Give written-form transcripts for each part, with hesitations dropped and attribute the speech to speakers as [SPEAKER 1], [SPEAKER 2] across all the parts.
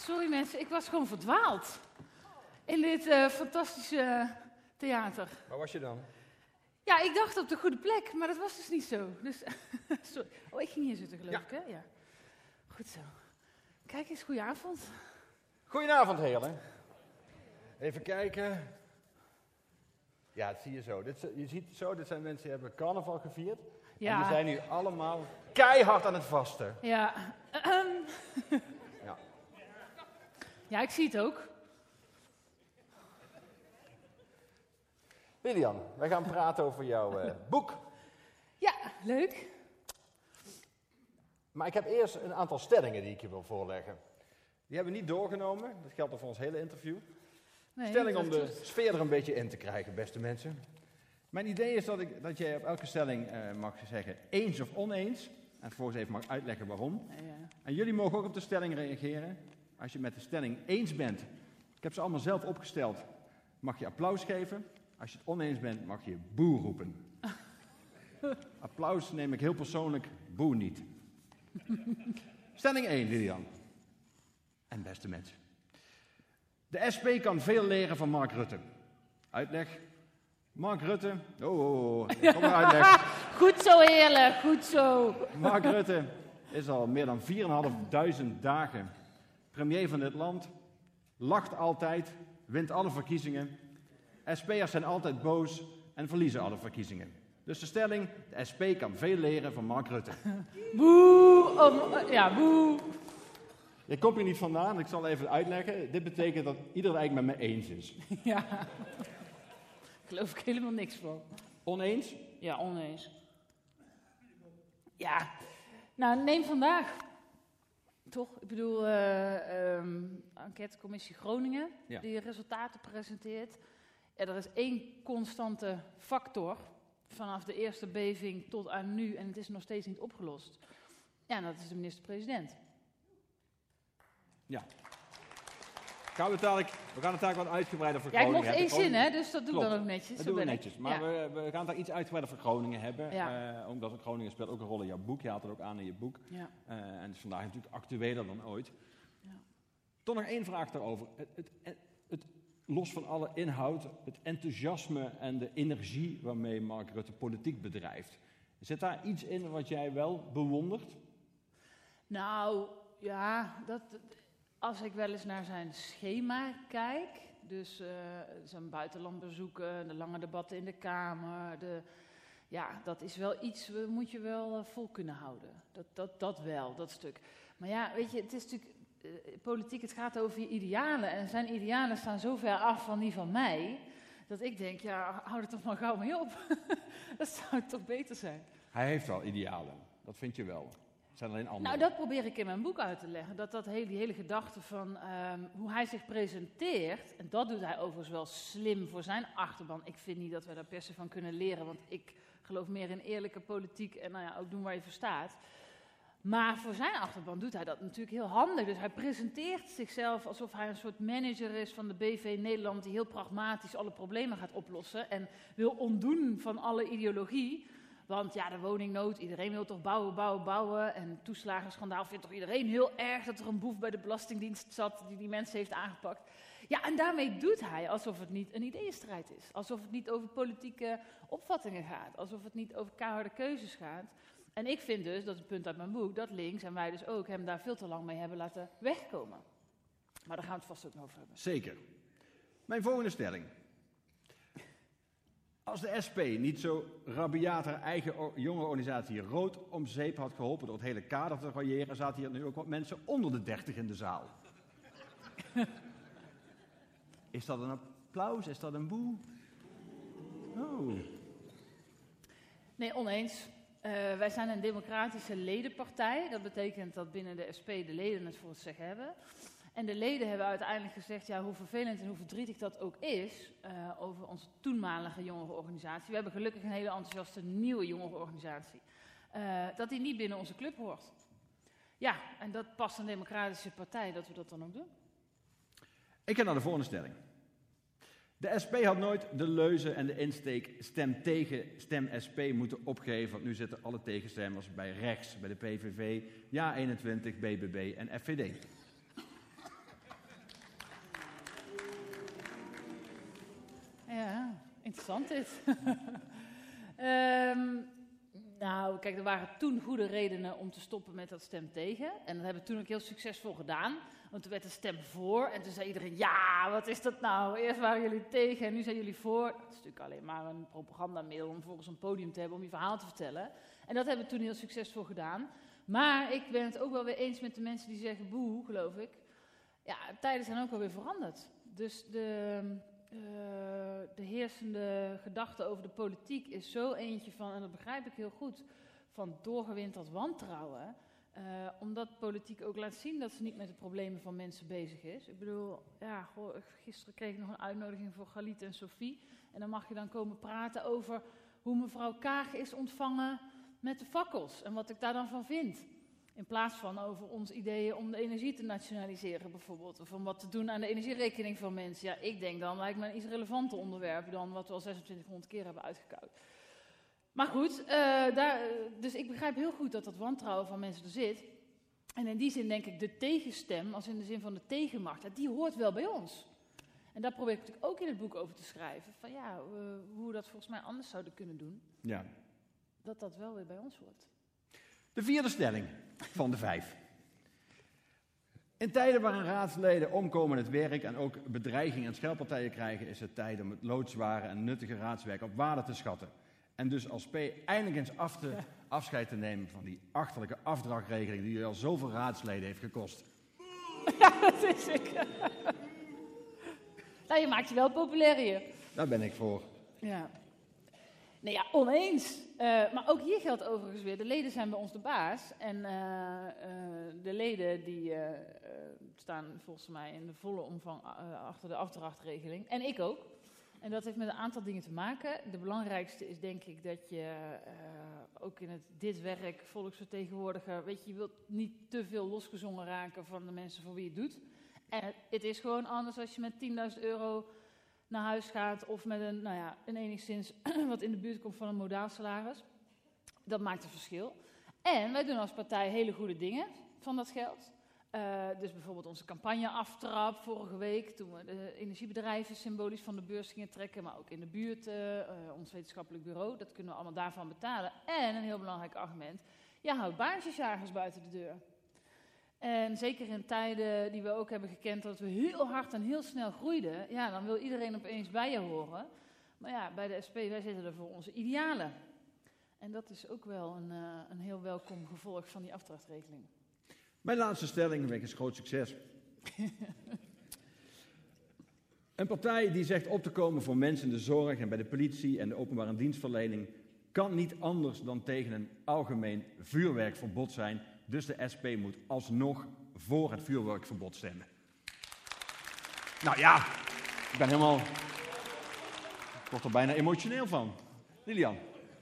[SPEAKER 1] Sorry mensen, ik was gewoon verdwaald. In dit fantastische theater.
[SPEAKER 2] Waar was je dan?
[SPEAKER 1] Ja, ik dacht op de goede plek, maar dat was dus niet zo. Dus, sorry. Oh, ik ging hier zitten geloof ik, hè? Ja. Goed zo. Kijk eens, goedenavond.
[SPEAKER 2] Goedenavond, heren. Even kijken. Ja, dat zie je zo. Je ziet het zo, dit zijn mensen die hebben carnaval gevierd. Ja. En die zijn nu allemaal keihard aan het vasten.
[SPEAKER 1] Ja.
[SPEAKER 2] Ja.
[SPEAKER 1] Ja, ik zie het ook.
[SPEAKER 2] Lilian, wij gaan praten over jouw boek.
[SPEAKER 1] Ja, leuk.
[SPEAKER 2] Maar ik heb eerst een aantal stellingen die ik je wil voorleggen. Die hebben we niet doorgenomen, dat geldt voor ons hele interview.
[SPEAKER 1] Nee,
[SPEAKER 2] stelling om de sfeer er een beetje in te krijgen, beste mensen. Mijn idee is dat jij op elke stelling mag zeggen eens of oneens. En vervolgens even mag uitleggen waarom.
[SPEAKER 1] Ja.
[SPEAKER 2] En jullie mogen ook op de stelling reageren. Als je met de stelling eens bent, ik heb ze allemaal zelf opgesteld, mag je applaus geven. Als je het oneens bent, mag je boe roepen. Applaus neem ik heel persoonlijk, boe niet. Stelling 1, Lilian. En beste mensen. De SP kan veel leren van Mark Rutte. Uitleg. Mark Rutte. Kom maar uitleg.
[SPEAKER 1] Goed zo, heerlijk. Goed zo.
[SPEAKER 2] Mark Rutte is al meer dan 4.500 dagen premier van dit land. Lacht altijd, wint alle verkiezingen. SP'ers zijn altijd boos en verliezen alle verkiezingen. Dus de stelling, de SP kan veel leren van Mark Rutte.
[SPEAKER 1] Boe. Ja, boe.
[SPEAKER 2] Je komt hier niet vandaan, ik zal even uitleggen. Dit betekent dat iedereen eigenlijk met me eens is.
[SPEAKER 1] Ja. Geloof ik helemaal niks van.
[SPEAKER 2] Oneens?
[SPEAKER 1] Ja, oneens. Ja. Nou, neem vandaag. Toch? Ik bedoel, enquêtecommissie Groningen, die resultaten presenteert. Ja, er is één constante factor vanaf de eerste beving tot aan nu en het is nog steeds niet opgelost. Ja, en dat is de minister-president.
[SPEAKER 2] Ja. We gaan het eigenlijk wat uitgebreider voor
[SPEAKER 1] Groningen hebben. Ja, ik
[SPEAKER 2] mocht
[SPEAKER 1] één zin, hè, dus dat doe ik dan ook netjes.
[SPEAKER 2] Dat doen we netjes. Maar we gaan het daar iets uitgebreider voor Groningen hebben. Ja. Omdat Groningen speelt ook een rol in jouw boek. Je haalt het ook aan in je boek. Ja. En het is vandaag natuurlijk actueler dan ooit. Ja. Toch nog één vraag daarover. Het los van alle inhoud, het enthousiasme en de energie waarmee Mark Rutte politiek bedrijft. Zit daar iets in wat jij wel bewondert?
[SPEAKER 1] Nou, ja, als ik wel eens naar zijn schema kijk, dus zijn buitenlandbezoeken, de lange debatten in de Kamer, dat is wel iets, moet je wel vol kunnen houden. Dat wel, dat stuk. Maar ja, weet je, het is natuurlijk politiek, het gaat over je idealen. En zijn idealen staan zo ver af van die van mij, dat ik denk, ja, hou er toch maar gauw mee op. Dat zou toch beter zijn.
[SPEAKER 2] Hij heeft wel idealen, dat vind je wel. Zijn alleen andere.
[SPEAKER 1] Nou, dat probeer ik in mijn boek uit te leggen. Die hele gedachte van hoe hij zich presenteert, en dat doet hij overigens wel slim voor zijn achterban. Ik vind niet dat we daar per se van kunnen leren, want ik geloof meer in eerlijke politiek en ook doen waar je voor staat. Maar voor zijn achterban doet hij dat natuurlijk heel handig. Dus hij presenteert zichzelf alsof hij een soort manager is van de BV Nederland die heel pragmatisch alle problemen gaat oplossen en wil ontdoen van alle ideologie. Want ja, de woningnood, iedereen wil toch bouwen. En toeslagenschandaal vindt toch iedereen heel erg dat er een boef bij de Belastingdienst zat die mensen heeft aangepakt. Ja, en daarmee doet hij alsof het niet een ideeënstrijd is. Alsof het niet over politieke opvattingen gaat. Alsof het niet over keiharde keuzes gaat. En ik vind dus, dat is het punt uit mijn boek, dat links en wij dus ook hem daar veel te lang mee hebben laten wegkomen. Maar daar gaan we het vast ook nog over hebben.
[SPEAKER 2] Zeker. Mijn volgende stelling. Als de SP niet zo rabiaat haar eigen jonge organisatie Rood om zeep had geholpen door het hele kader te variëren, zaten hier nu ook wat mensen onder de 30 in de zaal. Is dat een applaus? Is dat een boe? Oh.
[SPEAKER 1] Nee, oneens. Wij zijn een democratische ledenpartij. Dat betekent dat binnen de SP de leden het voor het zeggen hebben. En de leden hebben uiteindelijk gezegd, ja, hoe vervelend en hoe verdrietig dat ook is over onze toenmalige jongerenorganisatie. We hebben gelukkig een hele enthousiaste nieuwe jongerenorganisatie. Dat die niet binnen onze club hoort. Ja, en dat past een democratische partij dat we dat dan ook doen.
[SPEAKER 2] Ik ga naar de volgende stelling. De SP had nooit de leuze en de insteek stem tegen, stem SP moeten opgeven. Want nu zitten alle tegenstemmers bij rechts, bij de PVV, Ja21, BBB en FVD.
[SPEAKER 1] interessant dit. Nou, kijk, er waren toen goede redenen om te stoppen met dat stem tegen. En dat hebben we toen ook heel succesvol gedaan. Want toen werd de stem voor. En toen zei iedereen, ja, wat is dat nou? Eerst waren jullie tegen en nu zijn jullie voor. Dat is natuurlijk alleen maar een propagandamiddel om volgens een podium te hebben om je verhaal te vertellen. En dat hebben we toen heel succesvol gedaan. Maar ik ben het ook wel weer eens met de mensen die zeggen, boe, geloof ik. Ja, tijden zijn ook wel weer veranderd. Dus de heersende gedachte over de politiek is zo eentje van, en dat begrijp ik heel goed, van doorgewinterd wantrouwen. Omdat politiek ook laat zien dat ze niet met de problemen van mensen bezig is. Ik bedoel, ja, gisteren kreeg ik nog een uitnodiging voor Galit en Sophie. En dan mag je dan komen praten over hoe mevrouw Kaag is ontvangen met de fakkels. En wat ik daar dan van vind. In plaats van over ons ideeën om de energie te nationaliseren bijvoorbeeld. Of om wat te doen aan de energierekening van mensen. Ja, ik denk dan, lijkt me een iets relevanter onderwerp dan wat we al 2600 keer hebben uitgekoud. Maar goed, dus ik begrijp heel goed dat dat wantrouwen van mensen er zit. En in die zin denk ik, de tegenstem, als in de zin van de tegenmacht, ja, die hoort wel bij ons. En daar probeer ik natuurlijk ook in het boek over te schrijven. Van ja, hoe we dat volgens mij anders zouden kunnen doen.
[SPEAKER 2] Ja.
[SPEAKER 1] Dat wel weer bij ons hoort.
[SPEAKER 2] De vierde stelling van de 5. In tijden waarin raadsleden omkomen in het werk en ook bedreigingen en scheldpartijen krijgen, is het tijd om het loodzware en nuttige raadswerk op waarde te schatten. En dus als P eindelijk eens afscheid te nemen van die achterlijke afdrachtregeling die u al zoveel raadsleden heeft gekost.
[SPEAKER 1] Ja, dat is ik. Nou, je maakt je wel populair hier.
[SPEAKER 2] Daar ben ik voor.
[SPEAKER 1] Ja. Nee, ja, oneens. Maar ook hier geldt overigens weer, de leden zijn bij ons de baas. En de leden die staan volgens mij in de volle omvang achter de afdrachtregeling. En ik ook. En dat heeft met een aantal dingen te maken. De belangrijkste is denk ik dat je ook in dit werk, volksvertegenwoordiger, weet je, je wilt niet te veel losgezongen raken van de mensen voor wie je het doet. En het is gewoon anders als je met €10.000 naar huis gaat of met een enigszins wat in de buurt komt van een modaal salaris. Dat maakt een verschil. En wij doen als partij hele goede dingen van dat geld. Dus bijvoorbeeld onze campagne-aftrap vorige week, toen we de energiebedrijven symbolisch van de beurs gingen trekken, maar ook in de buurt, ons wetenschappelijk bureau, dat kunnen we allemaal daarvan betalen. En een heel belangrijk argument, ja, houd baantjesjagers buiten de deur. En zeker in tijden die we ook hebben gekend dat we heel hard en heel snel groeiden, ja, dan wil iedereen opeens bij je horen. Maar ja, bij de SP, wij zitten er voor onze idealen. En dat is ook wel een heel welkom gevolg van die afdrachtregeling.
[SPEAKER 2] Mijn laatste stelling, wegens groot succes. Een partij die zegt op te komen voor mensen in de zorg en bij de politie en de openbare dienstverlening kan niet anders dan tegen een algemeen vuurwerkverbod zijn. Dus de SP moet alsnog voor het vuurwerkverbod stemmen. Nou ja, ik ben helemaal... Ik word er bijna emotioneel van. Lilian?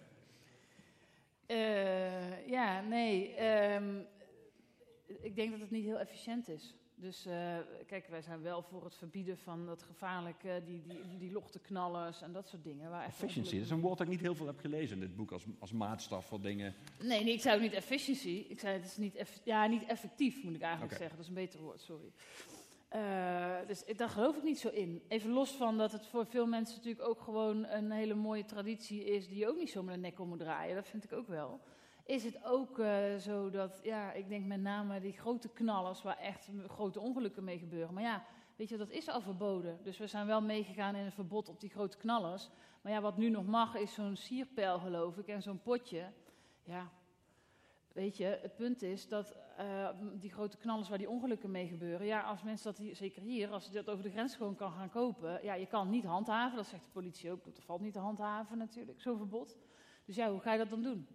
[SPEAKER 1] Ik denk dat het niet heel efficiënt is. Dus kijk, wij zijn wel voor het verbieden van dat gevaarlijke, die lochteknallers en dat soort dingen.
[SPEAKER 2] Efficiency, dat is een woord dat ik niet heel veel heb gelezen in dit boek als maatstaf voor dingen.
[SPEAKER 1] Nee, ik zei ook niet efficiency. Ik zei het is niet effectief, moet ik eigenlijk zeggen. Dat is een beter woord, sorry. Dus daar geloof ik niet zo in. Even los van dat het voor veel mensen natuurlijk ook gewoon een hele mooie traditie is die je ook niet zo met de nek om moet draaien. Dat vind ik ook wel. Is het ook zo dat, ja, ik denk met name die grote knallers waar echt grote ongelukken mee gebeuren. Maar ja, weet je, dat is al verboden. Dus we zijn wel meegegaan in een verbod op die grote knallers. Maar ja, wat nu nog mag is zo'n sierpijl, geloof ik, en zo'n potje. Ja, weet je, het punt is dat die grote knallers waar die ongelukken mee gebeuren. Ja, als mensen dat hier, zeker hier, als je dat over de grens gewoon kan gaan kopen. Ja, je kan het niet handhaven, dat zegt de politie ook. Dat valt niet te handhaven natuurlijk, zo'n verbod. Dus ja, hoe ga je dat dan doen?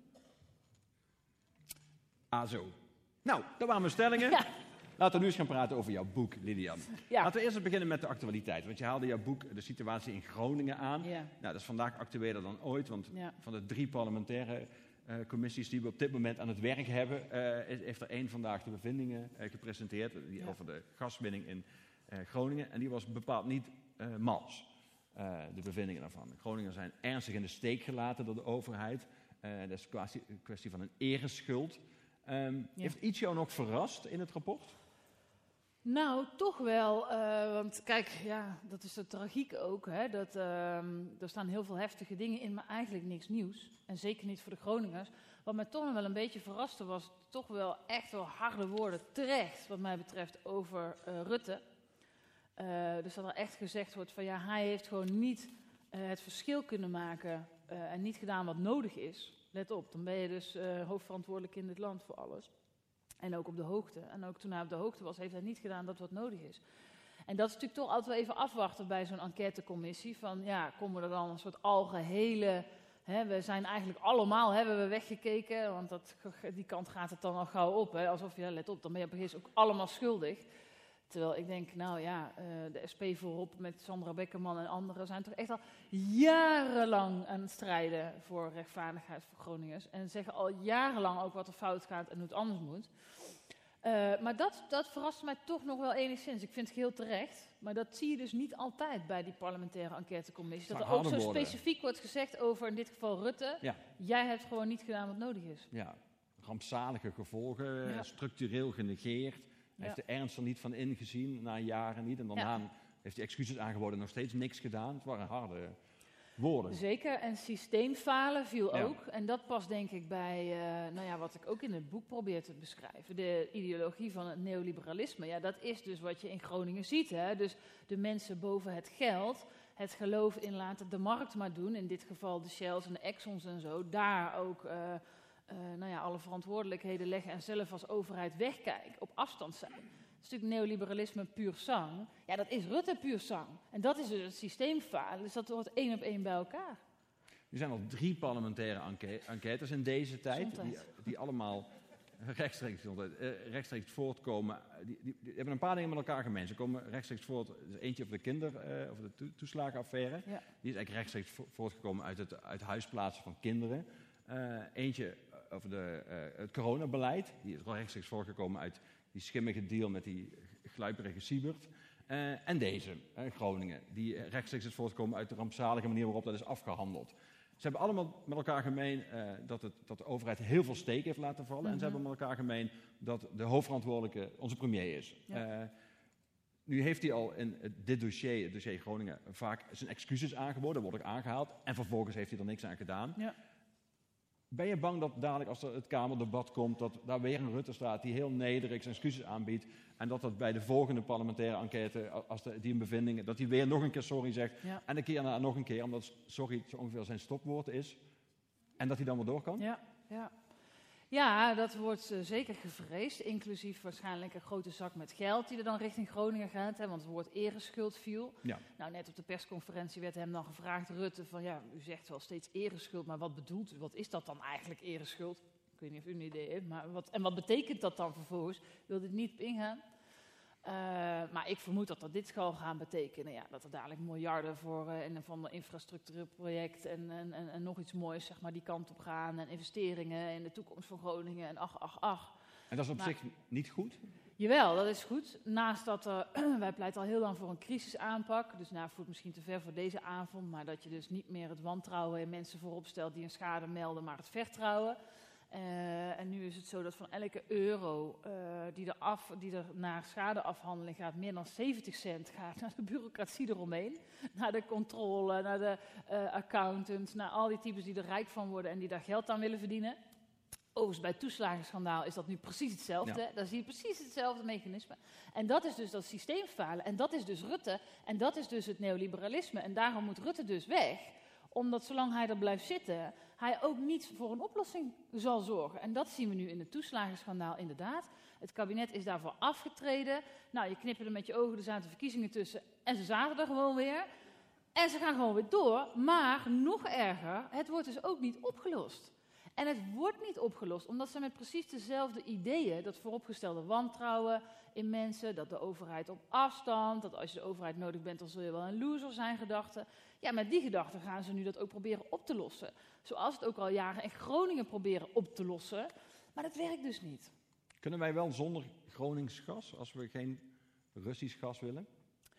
[SPEAKER 2] Zo. Nou, dat waren mijn stellingen. Ja. Laten we nu eens gaan praten over jouw boek, Lilian. Ja. Laten we eerst eens beginnen met de actualiteit. Want je haalde jouw boek de situatie in Groningen aan. Ja. Nou, dat is vandaag actueler dan ooit. Want van de 3 parlementaire commissies die we op dit moment aan het werk hebben, heeft er 1 vandaag de bevindingen gepresenteerd. Over de gaswinning in Groningen. En die was bepaald niet mals, de bevindingen daarvan. Groningen zijn ernstig in de steek gelaten door de overheid. Dat is een kwestie van een ereschuld. Heeft iets jou nog verrast in het rapport?
[SPEAKER 1] Nou, toch wel, want kijk, ja, dat is de tragiek ook, hè, dat er staan heel veel heftige dingen in, maar eigenlijk niks nieuws. En zeker niet voor de Groningers. Wat mij toch nog wel een beetje verraste was toch wel echt wel harde woorden, terecht wat mij betreft, over Rutte. Dus dat er echt gezegd wordt van ja, hij heeft gewoon niet het verschil kunnen maken en niet gedaan wat nodig is. Let op, dan ben je dus hoofdverantwoordelijk in dit land voor alles. En ook op de hoogte. En ook toen hij op de hoogte was, heeft hij niet gedaan dat wat nodig is. En dat is natuurlijk toch altijd wel even afwachten bij zo'n enquêtecommissie. Van ja, komen er dan een soort algehele... we zijn eigenlijk allemaal, hebben we weggekeken. Want die kant gaat het dan al gauw op. Hè, alsof je, let op, dan ben je op een gegeven moment ook allemaal schuldig. Terwijl ik denk, nou ja, de SP voorop met Sandra Beckerman en anderen zijn toch echt al jarenlang aan het strijden voor rechtvaardigheid voor Groningers. En zeggen al jarenlang ook wat er fout gaat en hoe het anders moet. Maar dat verrast mij toch nog wel enigszins. Ik vind het heel terecht. Maar dat zie je dus niet altijd bij die parlementaire enquêtecommissie. Dat er ook zo specifiek wordt gezegd over in dit geval Rutte. Ja. Jij hebt gewoon niet gedaan wat nodig is.
[SPEAKER 2] Ja, rampzalige gevolgen, structureel genegeerd. Hij heeft de ernst er niet van ingezien, na jaren niet. En daarna heeft hij excuses aangeboden, nog steeds niks gedaan. Het waren harde woorden.
[SPEAKER 1] Zeker, en systeemfalen viel ook. En dat past denk ik bij wat ik ook in het boek probeer te beschrijven. De ideologie van het neoliberalisme. Ja, dat is dus wat je in Groningen ziet. Hè? Dus de mensen boven het geld, het geloof in laten de markt maar doen. In dit geval de Shells en de Exxons en zo. Daar ook... alle verantwoordelijkheden leggen en zelf als overheid wegkijken, op afstand zijn. Dat is natuurlijk neoliberalisme puur sang. Ja, dat is Rutte puur sang. En dat is dus het systeemfalen, dus dat hoort 1 op 1 bij elkaar.
[SPEAKER 2] Er zijn al 3 parlementaire enquêtes in deze tijd, die allemaal rechtstreeks voortkomen. Die hebben een paar dingen met elkaar gemeen. Ze komen rechtstreeks voort, dus eentje over de toeslagenaffaire. Ja. Die is eigenlijk rechtstreeks voortgekomen uit het huisplaatsen van kinderen. Eentje over het coronabeleid. Die is wel rechtstreeks voorgekomen uit die schimmige deal met die gluiperige Siebert. En deze, Groningen, die rechtstreeks is voortgekomen uit de rampzalige manier waarop dat is afgehandeld. Ze hebben allemaal met elkaar gemeen dat de overheid heel veel steek heeft laten vallen. Mm-hmm. En ze hebben met elkaar gemeen dat de hoofdverantwoordelijke onze premier is. Ja. Nu heeft hij al in dit dossier, het dossier Groningen, vaak zijn excuses aangeboden. Wordt ook aangehaald. En vervolgens heeft hij er niks aan gedaan. Ja. Ben je bang dat dadelijk als er het Kamerdebat komt, dat daar weer een Rutte staat die heel nederig zijn excuses aanbiedt en dat bij de volgende parlementaire enquête, als die een bevinding, dat hij weer nog een keer sorry zegt en een keer daarna nog een keer, omdat sorry zo ongeveer zijn stopwoord is en dat hij dan weer door kan?
[SPEAKER 1] Ja, dat wordt zeker gevreesd, inclusief waarschijnlijk een grote zak met geld die er dan richting Groningen gaat, hè, want het woord ereschuld viel. Ja. Nou, net op de persconferentie werd hem dan gevraagd, Rutte, van ja, u zegt wel steeds ereschuld, maar wat bedoelt u? Wat is dat dan eigenlijk, ereschuld? Ik weet niet of u een idee heeft, maar wat betekent dat dan vervolgens? Ik wil dit niet op ingaan. Maar ik vermoed dat dit zal gaan betekenen. Ja, dat er dadelijk miljarden voor een of ander infrastructureel project en nog iets moois, zeg maar, die kant op gaan. En investeringen in de toekomst van Groningen en ach.
[SPEAKER 2] En dat is op zich niet goed?
[SPEAKER 1] Jawel, dat is goed. Naast dat wij pleiten al heel lang voor een crisisaanpak. Dus voert misschien te ver voor deze avond. Maar dat je dus niet meer het wantrouwen in mensen voorop stelt die een schade melden, maar het vertrouwen. En nu is het zo dat van elke euro die er naar schadeafhandeling gaat, meer dan 70 cent gaat naar de bureaucratie eromheen. Naar de controle, naar de accountants, naar al die types die er rijk van worden en die daar geld aan willen verdienen. Overigens, bij het toeslagenschandaal is dat nu precies hetzelfde. Ja. Daar zie je precies hetzelfde mechanisme. En dat is dus dat systeemfalen. En dat is dus Rutte. En dat is dus het neoliberalisme. En daarom moet Rutte dus weg. Omdat zolang hij er blijft zitten, hij ook niet voor een oplossing zal zorgen. En dat zien we nu in het toeslagenschandaal inderdaad. Het kabinet is daarvoor afgetreden. Nou, je knipperde met je ogen, er zaten verkiezingen tussen. En ze zaten er gewoon weer. En ze gaan gewoon weer door. Maar nog erger, het wordt dus ook niet opgelost. En het wordt niet opgelost, omdat ze met precies dezelfde ideeën, dat vooropgestelde wantrouwen in mensen, dat de overheid op afstand, dat als je de overheid nodig bent, dan zul je wel een loser zijn gedachten. Ja, met die gedachten gaan ze nu dat ook proberen op te lossen. Zoals het ook al jaren in Groningen proberen op te lossen. Maar dat werkt dus niet.
[SPEAKER 2] Kunnen wij wel zonder Gronings gas, als we geen Russisch gas willen?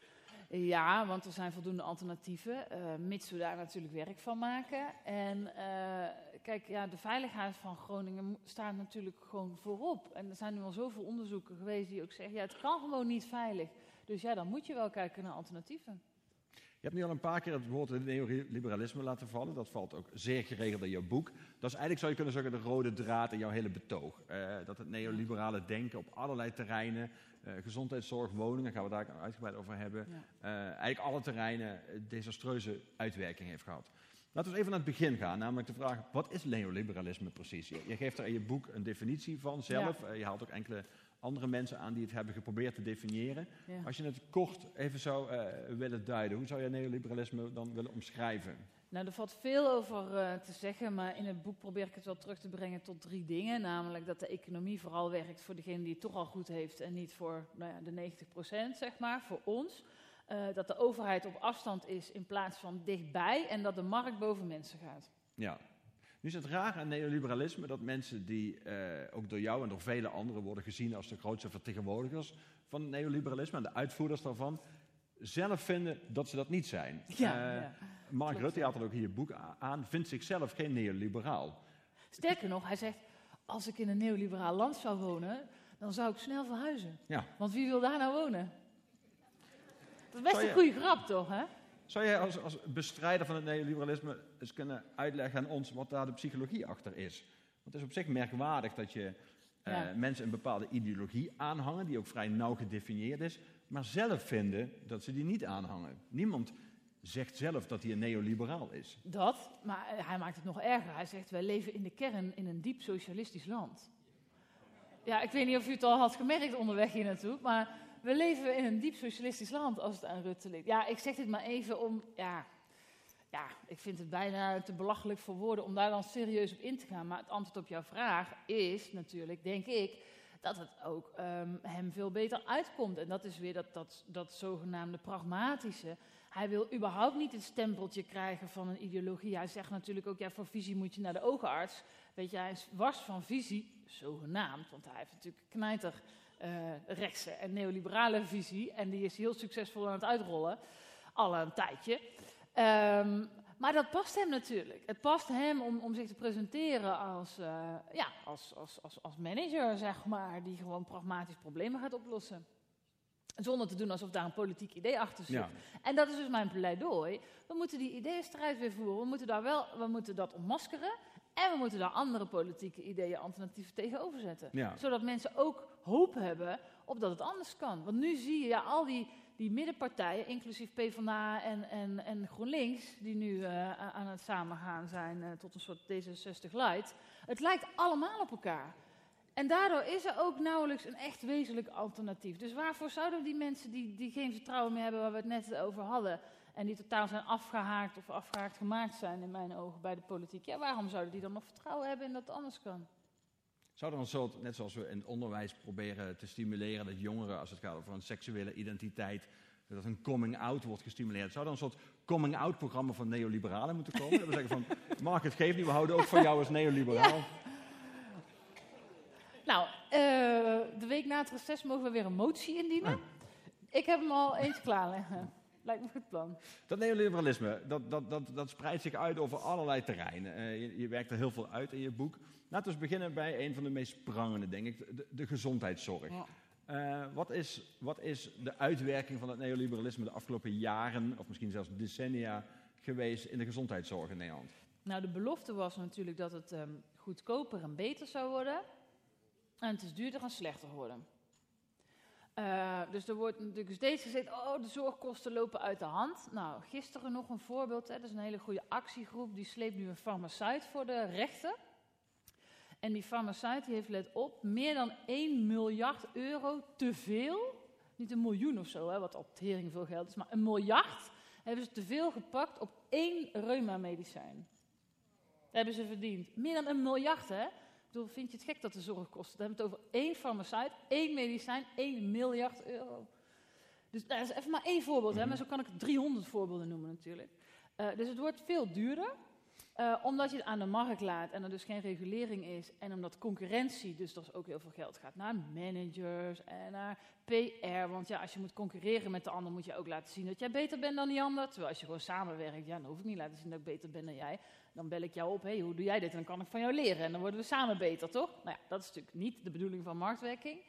[SPEAKER 1] Ja, want er zijn voldoende alternatieven, mits we daar natuurlijk werk van maken. En kijk, ja, de veiligheid van Groningen staat natuurlijk gewoon voorop. En er zijn nu al zoveel onderzoeken geweest die ook zeggen, ja, het kan gewoon niet veilig. Dus ja, dan moet je wel kijken naar alternatieven.
[SPEAKER 2] Je hebt nu al een paar keer het woord neoliberalisme laten vallen. Dat valt ook zeer geregeld in jouw boek. Dat is eigenlijk, zou je kunnen zeggen, de rode draad in jouw hele betoog. Dat het neoliberale denken op allerlei terreinen, gezondheidszorg, woningen, gaan we daar uitgebreid over hebben. Ja. Eigenlijk alle terreinen desastreuze uitwerking heeft gehad. Laten we even naar het begin gaan, namelijk de vraag, wat is neoliberalisme precies? Je geeft er in je boek een definitie van zelf. Ja. Je haalt ook enkele andere mensen aan die het hebben geprobeerd te definiëren. Ja. Als je het kort even zou willen duiden, hoe zou je neoliberalisme dan willen omschrijven?
[SPEAKER 1] Nou, er valt veel over te zeggen, maar in het boek probeer ik het wel terug te brengen tot 3 dingen. Namelijk dat de economie vooral werkt voor degene die het toch al goed heeft en niet voor de 90%, zeg maar, voor ons. Dat de overheid op afstand is in plaats van dichtbij en dat de markt boven mensen gaat.
[SPEAKER 2] Ja. Nu is het raar aan neoliberalisme dat mensen die ook door jou en door vele anderen worden gezien als de grootste vertegenwoordigers van het neoliberalisme en de uitvoerders daarvan, zelf vinden dat ze dat niet zijn.
[SPEAKER 1] Ja,
[SPEAKER 2] Mark
[SPEAKER 1] klopt,
[SPEAKER 2] Rutte, had er ook in je boek aan, vindt zichzelf geen neoliberaal.
[SPEAKER 1] Sterker nog, hij zegt, als ik in een neoliberaal land zou wonen, dan zou ik snel verhuizen.
[SPEAKER 2] Ja.
[SPEAKER 1] Want wie wil daar nou wonen? Dat is best een goede grap, toch, hè?
[SPEAKER 2] Zou jij als bestrijder van het neoliberalisme eens kunnen uitleggen aan ons wat daar de psychologie achter is? Want het is op zich merkwaardig dat je mensen een bepaalde ideologie aanhangen, die ook vrij nauw gedefinieerd is, maar zelf vinden dat ze die niet aanhangen. Niemand zegt zelf dat hij een neoliberaal is.
[SPEAKER 1] Dat, maar hij maakt het nog erger. Hij zegt, wij leven in de kern in een diep socialistisch land. Ja, ik weet niet of u het al had gemerkt onderweg hier naartoe, maar we leven in een diep socialistisch land als het aan Rutte ligt. Ja, ik zeg dit maar even om, ik vind het bijna te belachelijk voor woorden om daar dan serieus op in te gaan. Maar het antwoord op jouw vraag is natuurlijk, denk ik, dat het ook hem veel beter uitkomt. En dat is weer dat zogenaamde pragmatische. Hij wil überhaupt niet het stempeltje krijgen van een ideologie. Hij zegt natuurlijk ook, ja, voor visie moet je naar de oogarts. Weet je, hij is wars van visie, zogenaamd, want hij heeft natuurlijk knijter rechtse en neoliberale visie. En die is heel succesvol aan het uitrollen, al een tijdje. Maar dat past hem natuurlijk. Het past hem om zich te presenteren als manager, zeg maar, die gewoon pragmatisch problemen gaat oplossen. Zonder te doen alsof daar een politiek idee achter zit. Ja. En dat is dus mijn pleidooi. We moeten die ideeënstrijd weer voeren. We moeten dat ontmaskeren. En we moeten daar andere politieke ideeën, alternatieven tegenover zetten. Ja. Zodat mensen ook hoop hebben op dat het anders kan. Want nu zie je al die middenpartijen, inclusief PvdA en GroenLinks, die nu aan het samengaan zijn tot een soort D66 light. Het lijkt allemaal op elkaar. En daardoor is er ook nauwelijks een echt wezenlijk alternatief. Dus waarvoor zouden die mensen die geen vertrouwen meer hebben, waar we het net over hadden, en die totaal zijn afgehaakt of afgehaakt gemaakt zijn in mijn ogen bij de politiek, ja, waarom zouden die dan nog vertrouwen hebben in dat het anders kan?
[SPEAKER 2] Zou er een soort, net zoals we in het onderwijs proberen te stimuleren dat jongeren, als het gaat over een seksuele identiteit, dat een coming-out wordt gestimuleerd. Zou er een soort coming-out-programma van neoliberalen moeten komen? Dat we zeggen van, Mark, het geeft niet, we houden ook van jou als neoliberaal. Ja.
[SPEAKER 1] Nou, de week na het reces mogen we weer een motie indienen. Ah. Ik heb hem al eens klaarleggen. Lijkt me een goed plan.
[SPEAKER 2] Dat neoliberalisme, dat spreidt zich uit over allerlei terreinen. Je werkt er heel veel uit in je boek. Laten we beginnen bij een van de meest prangende, denk ik, de gezondheidszorg. Ja. Wat is de uitwerking van het neoliberalisme de afgelopen jaren, of misschien zelfs decennia, geweest in de gezondheidszorg in Nederland?
[SPEAKER 1] Nou, de belofte was natuurlijk dat het goedkoper en beter zou worden. En het is duurder en slechter geworden. Dus er wordt natuurlijk steeds gezegd, de zorgkosten lopen uit de hand. Nou, gisteren nog een voorbeeld, dat is een hele goede actiegroep, die sleept nu een farmaceut voor de rechter. En die farmaceut die heeft, let op, meer dan 1 miljard euro te veel, niet 1 miljoen of zo, wat al tering veel geld is, maar 1 miljard hebben ze te veel gepakt op 1 reuma-medicijn. Dat hebben ze verdiend. Meer dan 1 miljard, hè? Ik bedoel, vind je het gek dat de zorg kost? Dan hebben we het over 1 farmaceut, 1 medicijn, 1 miljard euro. Dus dat is even maar 1 voorbeeld, hè? Maar zo kan ik 300 voorbeelden noemen natuurlijk. Dus het wordt veel duurder. Omdat je het aan de markt laat en er dus geen regulering is. En omdat concurrentie, dus er ook heel veel geld gaat naar managers en naar PR. Want ja, als je moet concurreren met de ander, moet je ook laten zien dat jij beter bent dan die ander. Terwijl als je gewoon samenwerkt, ja, dan hoef ik niet laten zien dat ik beter ben dan jij. Dan bel ik jou op, hey, hoe doe jij dit? En dan kan ik van jou leren. En dan worden we samen beter, toch? Nou ja, dat is natuurlijk niet de bedoeling van marktwerking.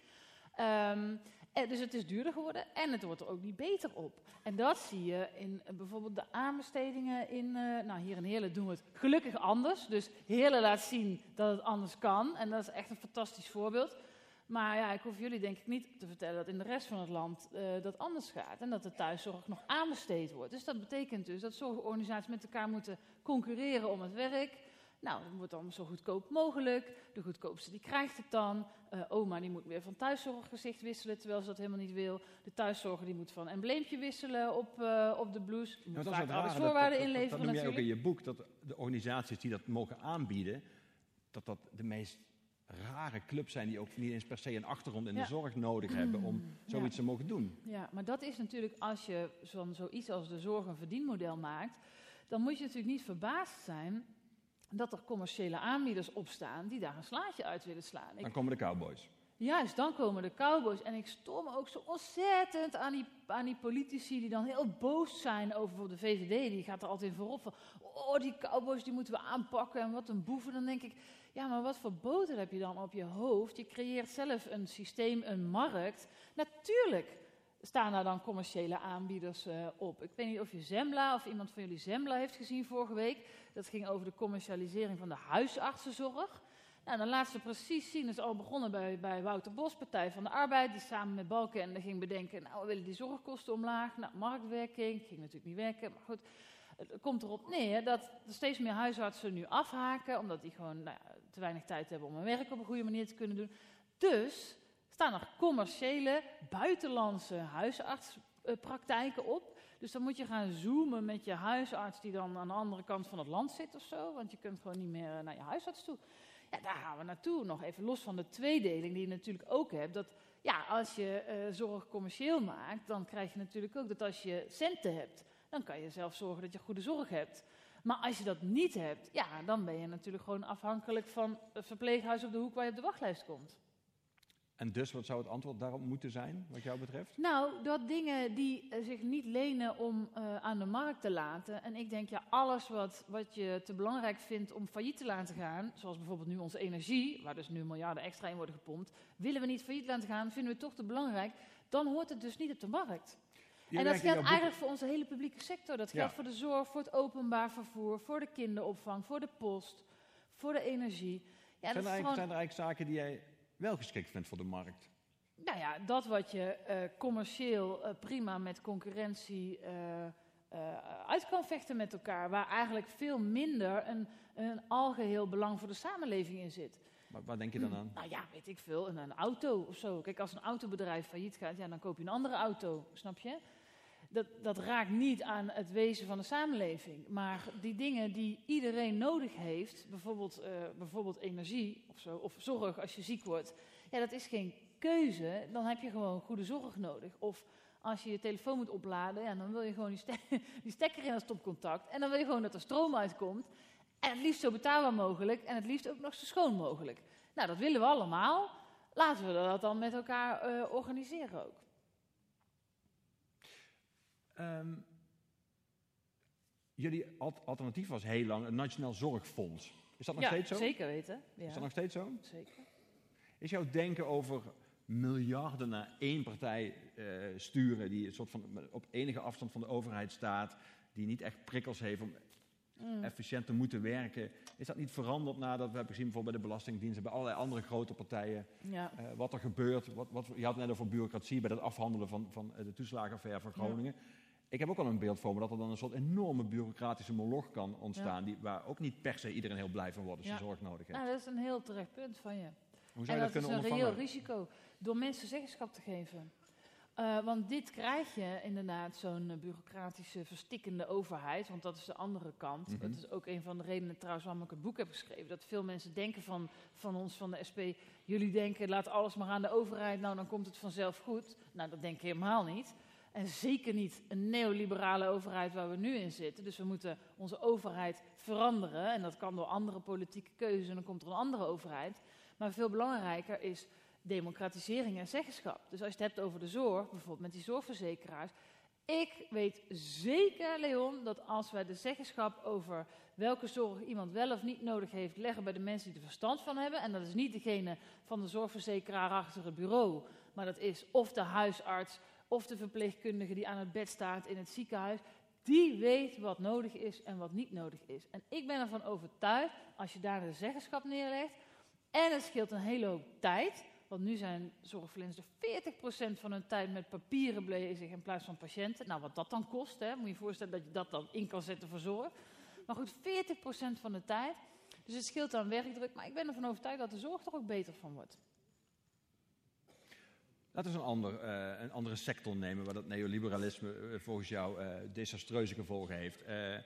[SPEAKER 1] Dus het is duurder geworden en het wordt er ook niet beter op. En dat zie je in bijvoorbeeld de aanbestedingen in... hier in Heerlen doen we het gelukkig anders. Dus Heerlen laat zien dat het anders kan. En dat is echt een fantastisch voorbeeld. Maar ja, ik hoef jullie denk ik niet te vertellen dat in de rest van het land dat anders gaat. En dat de thuiszorg nog aanbesteed wordt. Dus dat betekent dus dat zorgorganisaties met elkaar moeten concurreren om het werk. Nou, dat wordt dan zo goedkoop mogelijk. De goedkoopste die krijgt het dan. Oma die moet weer van thuiszorggezicht wisselen, terwijl ze dat helemaal niet wil. De thuiszorger die moet van embleempje wisselen op de blouse. Die moet vaak arbeidsvoorwaarden inleveren
[SPEAKER 2] dat noem jij
[SPEAKER 1] natuurlijk.
[SPEAKER 2] ook in je boek, dat de organisaties die dat mogen aanbieden, dat de meest rare clubs zijn die ook niet eens per se een achtergrond in de zorg nodig hebben om zoiets te mogen doen.
[SPEAKER 1] Ja, maar dat is natuurlijk, als je van zoiets als de zorg een verdienmodel maakt, dan moet je natuurlijk niet verbaasd zijn dat er commerciële aanbieders opstaan die daar een slaatje uit willen slaan.
[SPEAKER 2] Dan komen de cowboys.
[SPEAKER 1] Juist, dan komen de cowboys. En ik stoor me ook zo ontzettend aan die politici die dan heel boos zijn over de VVD. Die gaat er altijd in voorop van, die cowboys die moeten we aanpakken en wat een boeven. Dan denk ik, ja, maar wat voor boter heb je dan op je hoofd? Je creëert zelf een systeem, een markt. Natuurlijk staan daar dan commerciële aanbieders op. Ik weet niet of je Zembla of iemand van jullie Zembla heeft gezien vorige week. Dat ging over de commercialisering van de huisartsenzorg. Nou, dan laat ze precies zien, dat is al begonnen bij Wouter Bos, Partij van de Arbeid, die samen met Balkenende ging bedenken, nou, we willen die zorgkosten omlaag. Nou, marktwerking, ging natuurlijk niet werken, maar goed. Het komt erop neer dat er steeds meer huisartsen nu afhaken, omdat die gewoon te weinig tijd hebben om hun werk op een goede manier te kunnen doen. Dus staan er commerciële, buitenlandse huisartspraktijken op. Dus dan moet je gaan zoomen met je huisarts die dan aan de andere kant van het land zit of zo. Want je kunt gewoon niet meer naar je huisarts toe. Ja, daar gaan we naartoe. Nog even los van de tweedeling die je natuurlijk ook hebt. Dat ja, als je zorg commercieel maakt, dan krijg je natuurlijk ook dat als je centen hebt, dan kan je zelf zorgen dat je goede zorg hebt. Maar als je dat niet hebt, ja, dan ben je natuurlijk gewoon afhankelijk van het verpleeghuis op de hoek waar je op de wachtlijst komt.
[SPEAKER 2] En dus, wat zou het antwoord daarop moeten zijn, wat jou betreft?
[SPEAKER 1] Nou, dat dingen die zich niet lenen om aan de markt te laten. En ik denk, ja, alles wat je te belangrijk vindt om failliet te laten gaan, zoals bijvoorbeeld nu onze energie, waar dus nu miljarden extra in worden gepompt, willen we niet failliet laten gaan, vinden we het toch te belangrijk, dan hoort het dus niet op de markt. En dat geldt eigenlijk voor onze hele publieke sector. Dat geldt voor de zorg, voor het openbaar vervoer, voor de kinderopvang, voor de post, voor de energie. Ja,
[SPEAKER 2] zijn er eigenlijk zaken die jij wel geschikt vindt voor de markt?
[SPEAKER 1] Nou ja, dat wat je commercieel prima met concurrentie uit kan vechten met elkaar. Waar eigenlijk veel minder een algeheel belang voor de samenleving in zit.
[SPEAKER 2] Maar waar denk je dan aan?
[SPEAKER 1] Nou ja, weet ik veel, een auto of zo. Kijk, als een autobedrijf failliet gaat, ja, dan koop je een andere auto, snap je? Dat raakt niet aan het wezen van de samenleving. Maar die dingen die iedereen nodig heeft, bijvoorbeeld energie of zo, of zorg als je ziek wordt, ja, dat is geen keuze. Dan heb je gewoon goede zorg nodig. Of als je je telefoon moet opladen, ja, dan wil je gewoon die stekker in als stopcontact. En dan wil je gewoon dat er stroom uitkomt. En het liefst zo betaalbaar mogelijk en het liefst ook nog zo schoon mogelijk. Nou, dat willen we allemaal. Laten we dat dan met elkaar organiseren ook.
[SPEAKER 2] Jullie alternatief was heel lang een Nationaal Zorgfonds. Is dat nog steeds zo?
[SPEAKER 1] Zeker weten. Ja.
[SPEAKER 2] Is dat nog steeds zo?
[SPEAKER 1] Zeker.
[SPEAKER 2] Is jouw denken over miljarden naar één partij sturen, die een soort van op enige afstand van de overheid staat, die niet echt prikkels heeft om efficiënt te moeten werken, is dat niet veranderd nadat we hebben gezien bijvoorbeeld bij de Belastingdienst en bij allerlei andere grote partijen, wat er gebeurt, je had het net over bureaucratie bij het afhandelen van de toeslagenaffaire van Groningen. Ja. Ik heb ook al een beeld voor me dat er dan een soort enorme bureaucratische moloch kan ontstaan, waar ook niet per se iedereen heel blij van wordt als je zorg nodig hebt.
[SPEAKER 1] Nou, dat is een heel terecht punt van je.
[SPEAKER 2] Hoe zou je dat kunnen ondervangen?
[SPEAKER 1] Dat is een reëel risico, door mensen zeggenschap te geven. Want dit krijg je inderdaad, zo'n bureaucratische, verstikkende overheid. Want dat is de andere kant. Dat is ook een van de redenen trouwens waarom ik het boek heb geschreven. Dat veel mensen denken van ons, van de SP, jullie denken laat alles maar aan de overheid, nou dan komt het vanzelf goed. Nou, dat denk ik helemaal niet. En zeker niet een neoliberale overheid waar we nu in zitten. Dus we moeten onze overheid veranderen. En dat kan door andere politieke keuzes en dan komt er een andere overheid. Maar veel belangrijker is democratisering en zeggenschap. Dus als je het hebt over de zorg, bijvoorbeeld met die zorgverzekeraars. Ik weet zeker, Leon, dat als wij de zeggenschap over welke zorg iemand wel of niet nodig heeft, leggen bij de mensen die er verstand van hebben. En dat is niet degene van de zorgverzekeraar achter het bureau. Maar dat is of de huisarts of de verpleegkundige die aan het bed staat in het ziekenhuis. Die weet wat nodig is en wat niet nodig is. En ik ben ervan overtuigd, als je daar de zeggenschap neerlegt. En het scheelt een hele hoop tijd. Want nu zijn zorgverleners 40% van hun tijd met papieren bezig in plaats van patiënten. Nou, wat dat dan kost, hè? Moet je je voorstellen dat je dat dan in kan zetten voor zorg. Maar goed, 40% van de tijd. Dus het scheelt aan werkdruk. Maar ik ben ervan overtuigd dat de zorg er ook beter van wordt.
[SPEAKER 2] Laten we een andere sector nemen waar dat neoliberalisme volgens jou desastreuze gevolgen heeft.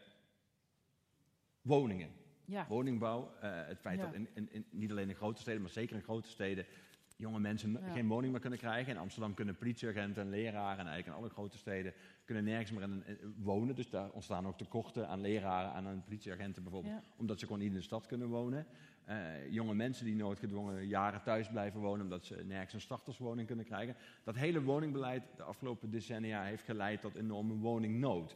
[SPEAKER 2] Woningen. Ja. Woningbouw. Het feit dat niet alleen in grote steden, maar zeker in grote steden jonge mensen geen woning meer kunnen krijgen. In Amsterdam kunnen politieagenten en leraren en eigenlijk in alle grote steden kunnen nergens meer wonen. Dus daar ontstaan ook tekorten aan leraren en aan politieagenten bijvoorbeeld. Ja. Omdat ze gewoon niet in de stad kunnen wonen. Jonge mensen die noodgedwongen jaren thuis blijven wonen omdat ze nergens een starterswoning kunnen krijgen. Dat hele woningbeleid de afgelopen decennia heeft geleid tot enorme woningnood.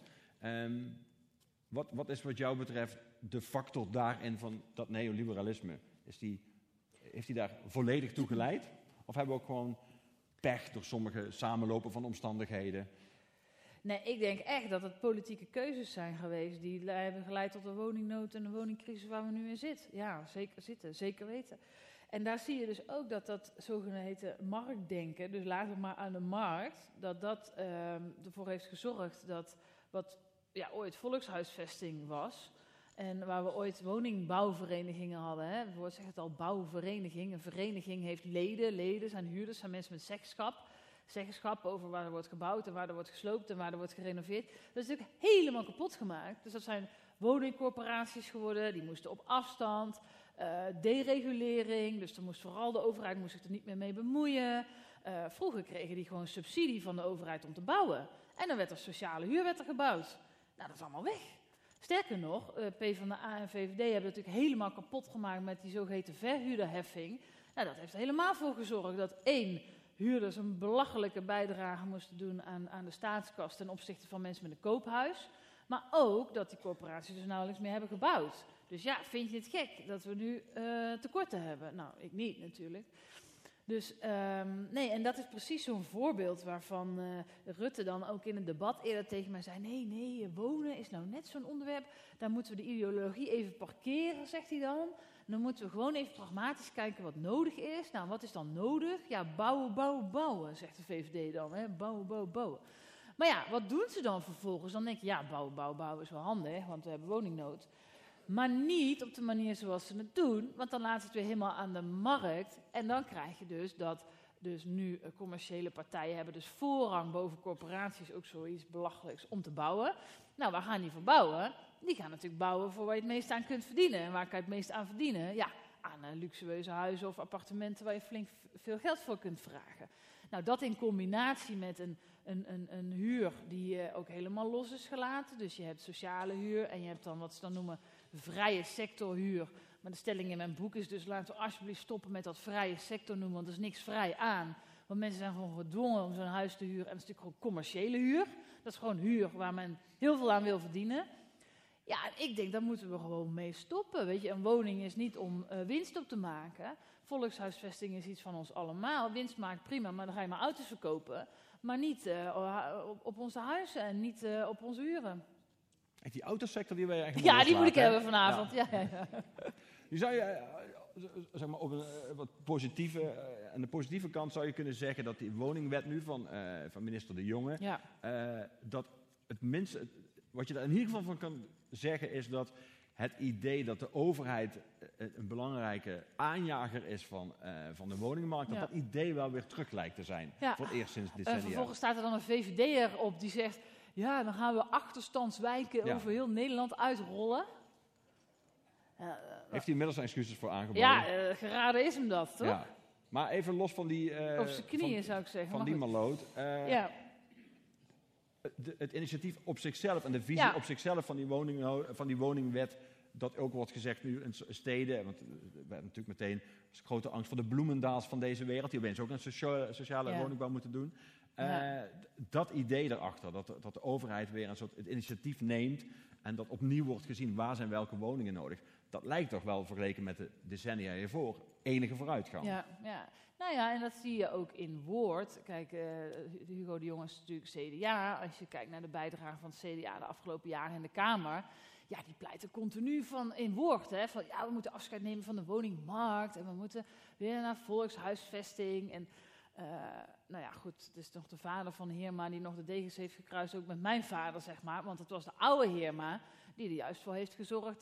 [SPEAKER 2] Wat is wat jou betreft de factor daarin van dat neoliberalisme? Heeft die daar volledig toe geleid? Of hebben we ook gewoon pech door sommige samenlopen van omstandigheden?
[SPEAKER 1] Nee, ik denk echt dat het politieke keuzes zijn geweest die hebben geleid tot de woningnood en de woningcrisis waar we nu in zitten. Ja, zeker weten. En daar zie je dus ook dat zogeheten marktdenken, dus laten we maar aan de markt, dat ervoor heeft gezorgd dat wat ooit volkshuisvesting was. En waar we ooit woningbouwverenigingen hadden. Hè. Het woord zegt het al, bouwvereniging. Een vereniging heeft leden zijn huurders, zijn mensen met zeggenschap over waar er wordt gebouwd en waar er wordt gesloopt en waar er wordt gerenoveerd. Dat is natuurlijk helemaal kapot gemaakt. Dus dat zijn woningcorporaties geworden, die moesten op afstand, deregulering, dus vooral de overheid moest zich er niet meer mee bemoeien. Vroeger kregen die gewoon subsidie van de overheid om te bouwen. En dan werd er sociale huur gebouwd. Nou, dat is allemaal weg. Sterker nog, PvdA en VVD hebben het natuurlijk helemaal kapot gemaakt met die zogeheten verhuurderheffing. Nou, dat heeft er helemaal voor gezorgd dat huurders een belachelijke bijdrage moesten doen aan de staatskas ten opzichte van mensen met een koophuis. Maar ook dat die corporaties dus nauwelijks meer hebben gebouwd. Dus ja, vind je het gek dat we nu tekorten hebben? Nou, ik niet natuurlijk. Dus nee, en dat is precies zo'n voorbeeld waarvan Rutte dan ook in het debat eerder tegen mij zei, nee, wonen is nou net zo'n onderwerp, daar moeten we de ideologie even parkeren, zegt hij dan. Dan moeten we gewoon even pragmatisch kijken wat nodig is. Nou, wat is dan nodig? Ja, bouwen, zegt de VVD dan. Hè? Bouwen. Maar ja, wat doen ze dan vervolgens? Dan denk je, ja, bouwen is wel handig, want we hebben woningnood. Maar niet op de manier zoals ze het doen, want dan laten ze het weer helemaal aan de markt. En dan krijg je dus dat nu commerciële partijen hebben dus voorrang boven corporaties, ook zoiets belachelijks, om te bouwen. Nou, waar gaan die voor bouwen? Die gaan natuurlijk bouwen voor waar je het meest aan kunt verdienen. En waar kan je het meest aan verdienen? Ja, aan luxueuze huizen of appartementen waar je flink veel geld voor kunt vragen. Nou, dat in combinatie met een huur die ook helemaal los is gelaten. Dus je hebt sociale huur en je hebt dan wat ze dan noemen vrije sectorhuur. Maar de stelling in mijn boek is dus, laten we alsjeblieft stoppen met dat vrije sector noemen, want er is niks vrij aan. Want mensen zijn gewoon gedwongen om zo'n huis te huren en dat is natuurlijk gewoon commerciële huur. Dat is gewoon huur waar men heel veel aan wil verdienen. Ja, en ik denk, daar moeten we gewoon mee stoppen. Weet je, een woning is niet om winst op te maken. Volkshuisvesting is iets van ons allemaal. Winst maakt prima, maar dan ga je maar auto's verkopen. Maar niet op onze huizen en niet op onze huren.
[SPEAKER 2] Die autosector die wij eigenlijk
[SPEAKER 1] ja, die moet ik hebben vanavond. Ja.
[SPEAKER 2] Die zou je, zeg maar, op een wat positieve, aan de positieve kant zou je kunnen zeggen dat die woningwet nu van minister De Jonge, dat het minste, wat je daar in ieder geval van kan zeggen is dat het idee dat de overheid een belangrijke aanjager is van de woningmarkt, dat idee wel weer terug lijkt te zijn. Voor het eerst sinds decennia.
[SPEAKER 1] Vervolgens staat er dan een VVD'er op die zegt, ja, dan gaan we achterstandswijken over heel Nederland uitrollen.
[SPEAKER 2] Heeft hij inmiddels zijn excuses voor aangeboden?
[SPEAKER 1] Ja, geraden is hem dat, toch? Ja.
[SPEAKER 2] Maar even los van die...
[SPEAKER 1] op zijn knieën, zou ik zeggen.
[SPEAKER 2] Van die maloot. het initiatief op zichzelf en de visie op zichzelf van die woningwet, dat ook wordt gezegd nu in steden, want we hebben natuurlijk meteen grote angst voor de Bloemendaals van deze wereld, die opeens ook een sociale woningbouw moeten doen. Dat idee erachter, dat de overheid weer een soort het initiatief neemt en dat opnieuw wordt gezien waar zijn welke woningen nodig, dat lijkt toch wel vergeleken met de decennia hiervoor enige vooruitgang.
[SPEAKER 1] Ja. Nou ja, en dat zie je ook in woord. Kijk, Hugo de Jonge is natuurlijk CDA. Als je kijkt naar de bijdrage van het CDA de afgelopen jaren in de Kamer, ja, die pleiten continu van in woord, hè, van ja, we moeten afscheid nemen van de woningmarkt en we moeten weer naar volkshuisvesting. En nou ja, goed, het is nog de vader van Heerma die nog de degens heeft gekruist, ook met mijn vader, zeg maar. Want het was de oude Heerma die er juist voor heeft gezorgd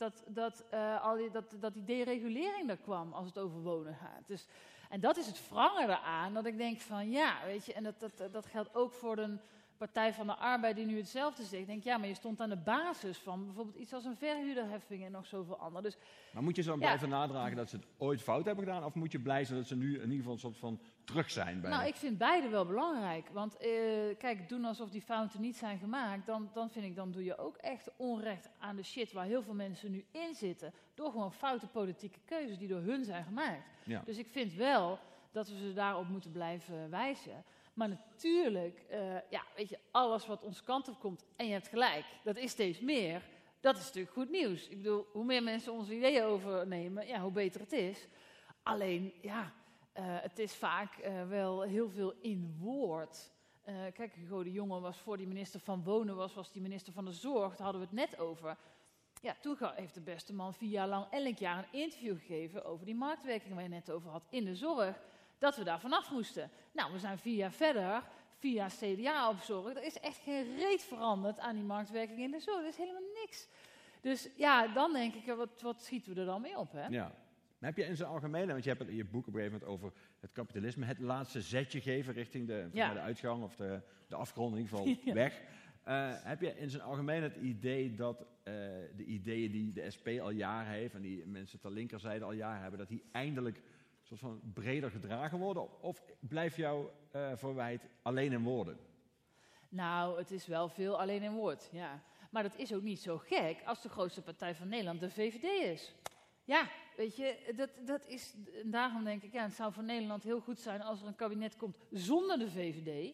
[SPEAKER 1] dat die deregulering er kwam als het over wonen gaat. Dus, en dat is het wrange eraan, dat ik denk van ja, weet je, en dat geldt ook voor de Partij van de Arbeid die nu hetzelfde zegt. Ik denk, ja, maar je stond aan de basis van bijvoorbeeld iets als een verhuurderheffing en nog zoveel andere. Dus,
[SPEAKER 2] maar moet je zo blijven nadragen dat ze het ooit fout hebben gedaan? Of moet je blij zijn dat ze nu in ieder geval een soort van terug zijn?
[SPEAKER 1] Nou, ik vind beide wel belangrijk. Want kijk, doen alsof die fouten niet zijn gemaakt, dan vind ik, dan doe je ook echt onrecht aan de shit waar heel veel mensen nu in zitten. Door gewoon foute politieke keuzes die door hun zijn gemaakt. Ja. Dus ik vind wel dat we ze daarop moeten blijven wijzen. Maar natuurlijk, weet je, alles wat onze kant op komt, en je hebt gelijk, dat is steeds meer, dat is natuurlijk goed nieuws. Ik bedoel, hoe meer mensen onze ideeën overnemen, ja, hoe beter het is. Alleen, ja, het is vaak wel heel veel in woord. Kijk, Hugo de Jonge was voor die minister van Wonen, was die minister van de Zorg, daar hadden we het net over. Ja, toen heeft de beste man 4 jaar lang elk jaar een interview gegeven over die marktwerking waar je net over had in de zorg. Dat we daar vanaf moesten. Nou, we zijn 4 jaar verder, 4 jaar CDA op zorg. Er is echt geen reet veranderd aan die marktwerking in de zorg. Er is helemaal niks. Dus ja, dan denk ik, wat schieten we er dan mee op, hè?
[SPEAKER 2] Ja. Maar heb je in zijn algemeen, want je hebt het in je boek op een gegeven moment over het kapitalisme, het laatste zetje geven richting de uitgang of de afgrond in ieder geval weg. Heb je in zijn algemeen het idee dat de ideeën die de SP al jaren heeft en die mensen ter linkerzijde al jaren hebben, dat die eindelijk soort van breder gedragen worden? Of blijft jouw verwijt alleen in woorden?
[SPEAKER 1] Nou, het is wel veel alleen in woord, ja. Maar dat is ook niet zo gek als de grootste partij van Nederland de VVD is. Ja, weet je, dat is, daarom denk ik, ja, het zou voor Nederland heel goed zijn als er een kabinet komt zonder de VVD.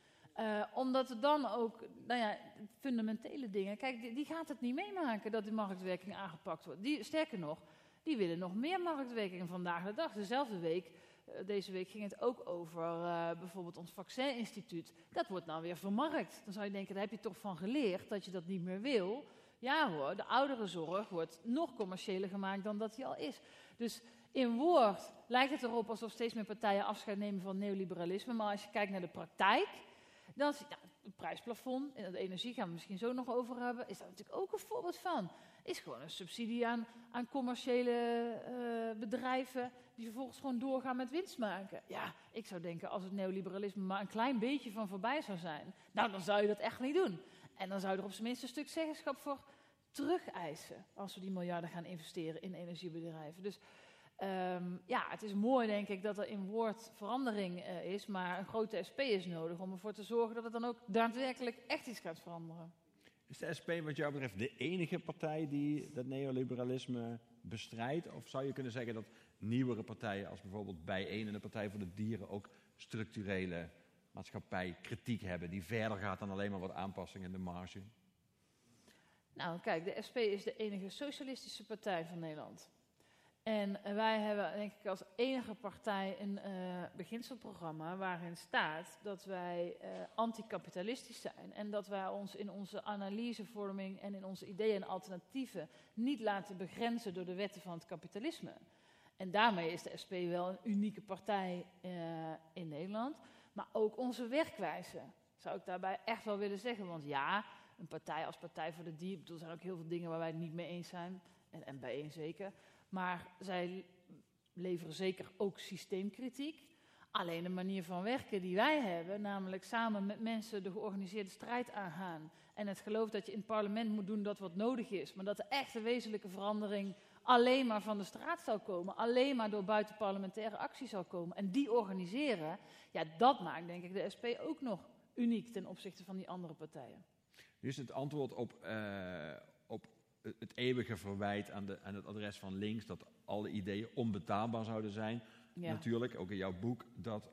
[SPEAKER 1] Omdat er dan ook, nou ja, fundamentele dingen, kijk, die gaat het niet meemaken dat de marktwerking aangepakt wordt. Sterker nog, die willen nog meer marktwerking vandaag de dag. Dezelfde week, deze week ging het ook over bijvoorbeeld ons vaccininstituut. Dat wordt nou weer vermarkt. Dan zou je denken, daar heb je toch van geleerd dat je dat niet meer wil. Ja hoor, de ouderenzorg wordt nog commerciëler gemaakt dan dat die al is. Dus in woord lijkt het erop alsof steeds meer partijen afscheid nemen van neoliberalisme. Maar als je kijkt naar de praktijk, dan zie je het prijsplafond en de energie, gaan we misschien zo nog over hebben, is daar natuurlijk ook een voorbeeld van. Is gewoon een subsidie aan commerciële bedrijven die vervolgens gewoon doorgaan met winst maken. Ja, ik zou denken, als het neoliberalisme maar een klein beetje van voorbij zou zijn, nou, dan zou je dat echt niet doen. En dan zou je er op zijn minst een stuk zeggenschap voor terugeisen als we die miljarden gaan investeren in energiebedrijven. Dus het is mooi, denk ik, dat er in woord verandering is, maar een grote SP is nodig om ervoor te zorgen dat het dan ook daadwerkelijk echt iets gaat veranderen.
[SPEAKER 2] Is de SP wat jou betreft de enige partij die dat neoliberalisme bestrijdt? Of zou je kunnen zeggen dat nieuwere partijen als bijvoorbeeld Bijeen en de Partij voor de Dieren ook structurele maatschappijkritiek hebben die verder gaat dan alleen maar wat aanpassingen in de marge?
[SPEAKER 1] Nou, kijk, de SP is de enige socialistische partij van Nederland. En wij hebben, denk ik, als enige partij een beginselprogramma waarin staat dat wij anticapitalistisch zijn. En dat wij ons in onze analysevorming en in onze ideeën en alternatieven niet laten begrenzen door de wetten van het kapitalisme. En daarmee is de SP wel een unieke partij in Nederland. Maar ook onze werkwijze, zou ik daarbij echt wel willen zeggen. Want ja, een partij als Partij voor de Dieren, er zijn ook heel veel dingen waar wij het niet mee eens zijn. En Bijeen zeker. Maar zij leveren zeker ook systeemkritiek. Alleen de manier van werken die wij hebben, namelijk samen met mensen de georganiseerde strijd aangaan. En het geloof dat je in het parlement moet doen dat wat nodig is. Maar dat de echte wezenlijke verandering alleen maar van de straat zou komen. Alleen maar door buitenparlementaire actie zou komen. En die organiseren, ja, dat maakt denk ik de SP ook nog uniek ten opzichte van die andere partijen.
[SPEAKER 2] Nu is het antwoord op het eeuwige verwijt aan het adres van links, dat alle ideeën onbetaalbaar zouden zijn. Ja. Natuurlijk, ook in jouw boek, dat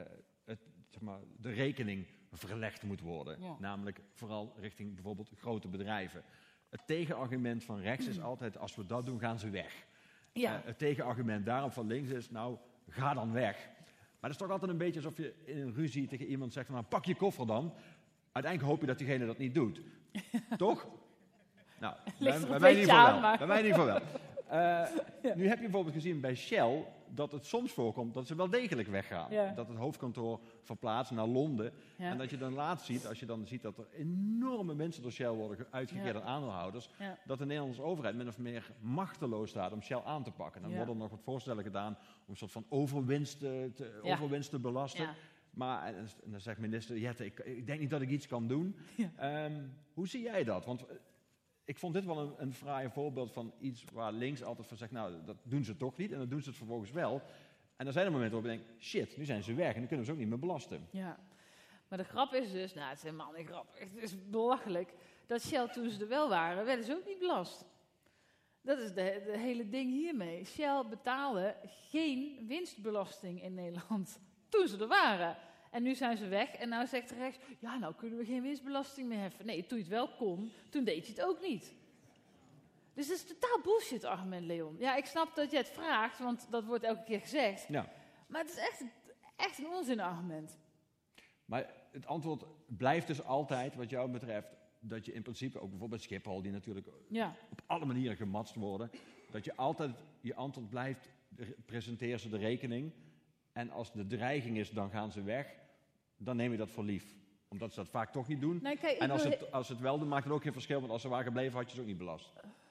[SPEAKER 2] de rekening verlegd moet worden. Ja. Namelijk vooral richting bijvoorbeeld grote bedrijven. Het tegenargument van rechts is altijd, als we dat doen, gaan ze weg. Ja. Het tegenargument daarop van links is, nou, ga dan weg. Maar het is toch altijd een beetje alsof je in een ruzie tegen iemand zegt, nou, pak je koffer dan. Uiteindelijk hoop je dat diegene dat niet doet. Toch? Nou, bij mij in ieder geval wel. Bij mij in ieder geval wel. Nu heb je bijvoorbeeld gezien bij Shell dat het soms voorkomt dat ze wel degelijk weggaan. Ja. Dat het hoofdkantoor verplaatst naar Londen. Ja. En dat je dan laat ziet, als je dan ziet dat er enorme mensen door Shell worden uitgekeerd aan aandeelhouders, dat de Nederlandse overheid min of meer machteloos staat om Shell aan te pakken. Dan worden er nog wat voorstellen gedaan om een soort van overwinst te belasten. Ja. Maar en dan zegt minister Jette, ik denk niet dat ik iets kan doen. Ja. Hoe zie jij dat? Want ik vond dit wel een fraai voorbeeld van iets waar links altijd van zegt, nou, dat doen ze toch niet. En dan doen ze het vervolgens wel. En dan zijn er momenten waarop ik denk, shit, nu zijn ze weg en dan kunnen we ze ook niet meer belasten.
[SPEAKER 1] Ja, maar de grap is dus, nou, het is helemaal niet grappig. Het is belachelijk dat Shell, toen ze er wel waren, werden ze ook niet belast. Dat is de hele ding hiermee. Shell betaalde geen winstbelasting in Nederland toen ze er waren. En nu zijn ze weg en nou zegt de rechts, ja, nou kunnen we geen winstbelasting meer heffen. Nee, toen je het wel kon, toen deed je het ook niet. Dus dat is totaal bullshit argument, Leon. Ja, ik snap dat je het vraagt, want dat wordt elke keer gezegd. Ja. Maar het is echt een onzin argument.
[SPEAKER 2] Maar het antwoord blijft dus altijd, wat jou betreft, dat je in principe, ook bijvoorbeeld Schiphol, die natuurlijk op alle manieren gematst worden, dat je altijd, je antwoord blijft, presenteer ze de rekening. En als de dreiging is, dan gaan ze weg. Dan neem je dat voor lief. Omdat ze dat vaak toch niet doen. Nee, kijk, en als het wel doen, maakt het ook geen verschil. Want als ze waren gebleven, had je ze ook niet belast.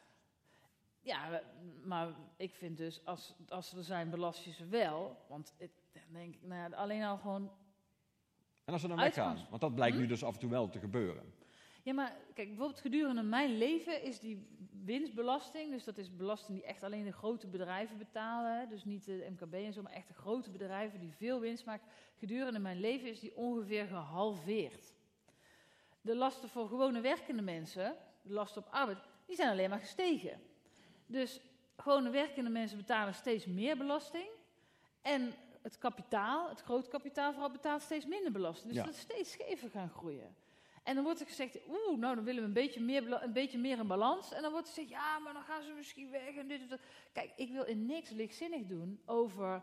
[SPEAKER 1] Ja, maar ik vind dus, als ze er zijn, belast je ze wel. Want dan denk ik, nou ja, alleen al gewoon...
[SPEAKER 2] En als ze dan weggaan? Want dat blijkt nu dus af en toe wel te gebeuren.
[SPEAKER 1] Ja, maar kijk, bijvoorbeeld gedurende mijn leven is die winstbelasting, dus dat is belasting die echt alleen de grote bedrijven betalen, dus niet de MKB en zo, maar echt de grote bedrijven die veel winst maken. Gedurende mijn leven is die ongeveer gehalveerd. De lasten voor gewone werkende mensen, de lasten op arbeid, die zijn alleen maar gestegen. Dus gewone werkende mensen betalen steeds meer belasting en het kapitaal, het groot kapitaal vooral, betaalt steeds minder belasting. Dus dat is steeds schever gaan groeien. En dan wordt er gezegd, nou dan willen we een beetje meer in balans. En dan wordt er gezegd, ja, maar dan gaan ze misschien weg en dit en dat. Kijk, ik wil in niks lichtzinnig doen over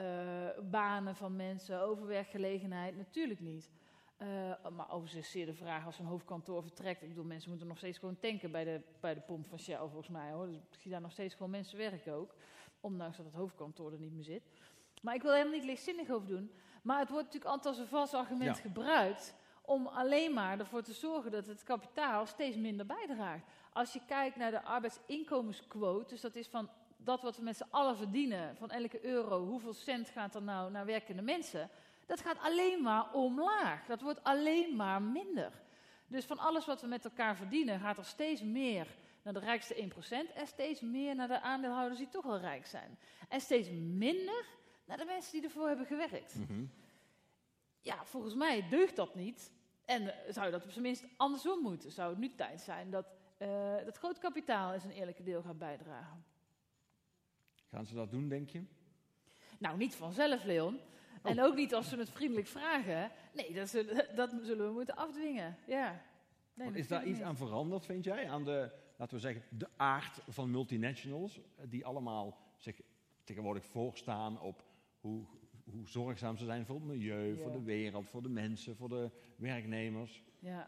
[SPEAKER 1] banen van mensen, over werkgelegenheid, natuurlijk niet. Maar overigens is zeer de vraag als een hoofdkantoor vertrekt. Ik bedoel, mensen moeten nog steeds gewoon tanken bij de pomp van Shell, volgens mij, hoor. Dus ik zie daar nog steeds gewoon mensen werken ook. Ondanks dat het hoofdkantoor er niet meer zit. Maar ik wil er helemaal niet lichtzinnig over doen. Maar het wordt natuurlijk altijd als een vals argument gebruikt om alleen maar ervoor te zorgen dat het kapitaal steeds minder bijdraagt. Als je kijkt naar de arbeidsinkomensquote, dus dat is van dat wat we met z'n allen verdienen, van elke euro, hoeveel cent gaat er nou naar werkende mensen, dat gaat alleen maar omlaag. Dat wordt alleen maar minder. Dus van alles wat we met elkaar verdienen, gaat er steeds meer naar de rijkste 1% en steeds meer naar de aandeelhouders die toch wel rijk zijn. En steeds minder naar de mensen die ervoor hebben gewerkt. Mm-hmm. Ja, volgens mij deugt dat niet. En zou dat op zijn minst andersom moeten. Zou het nu tijd zijn dat het groot kapitaal eens een eerlijke deel gaat bijdragen.
[SPEAKER 2] Gaan ze dat doen, denk je?
[SPEAKER 1] Nou, niet vanzelf, Leon. Oh. En ook niet als ze het vriendelijk vragen. Nee, dat zullen we moeten afdwingen. Ja. Nee,
[SPEAKER 2] is daar iets aan veranderd, vind jij? Aan de, laten we zeggen, de aard van multinationals, die allemaal zich tegenwoordig voorstaan op hoe zorgzaam ze zijn voor het milieu, voor de wereld, voor de mensen, voor de werknemers.
[SPEAKER 1] Ja,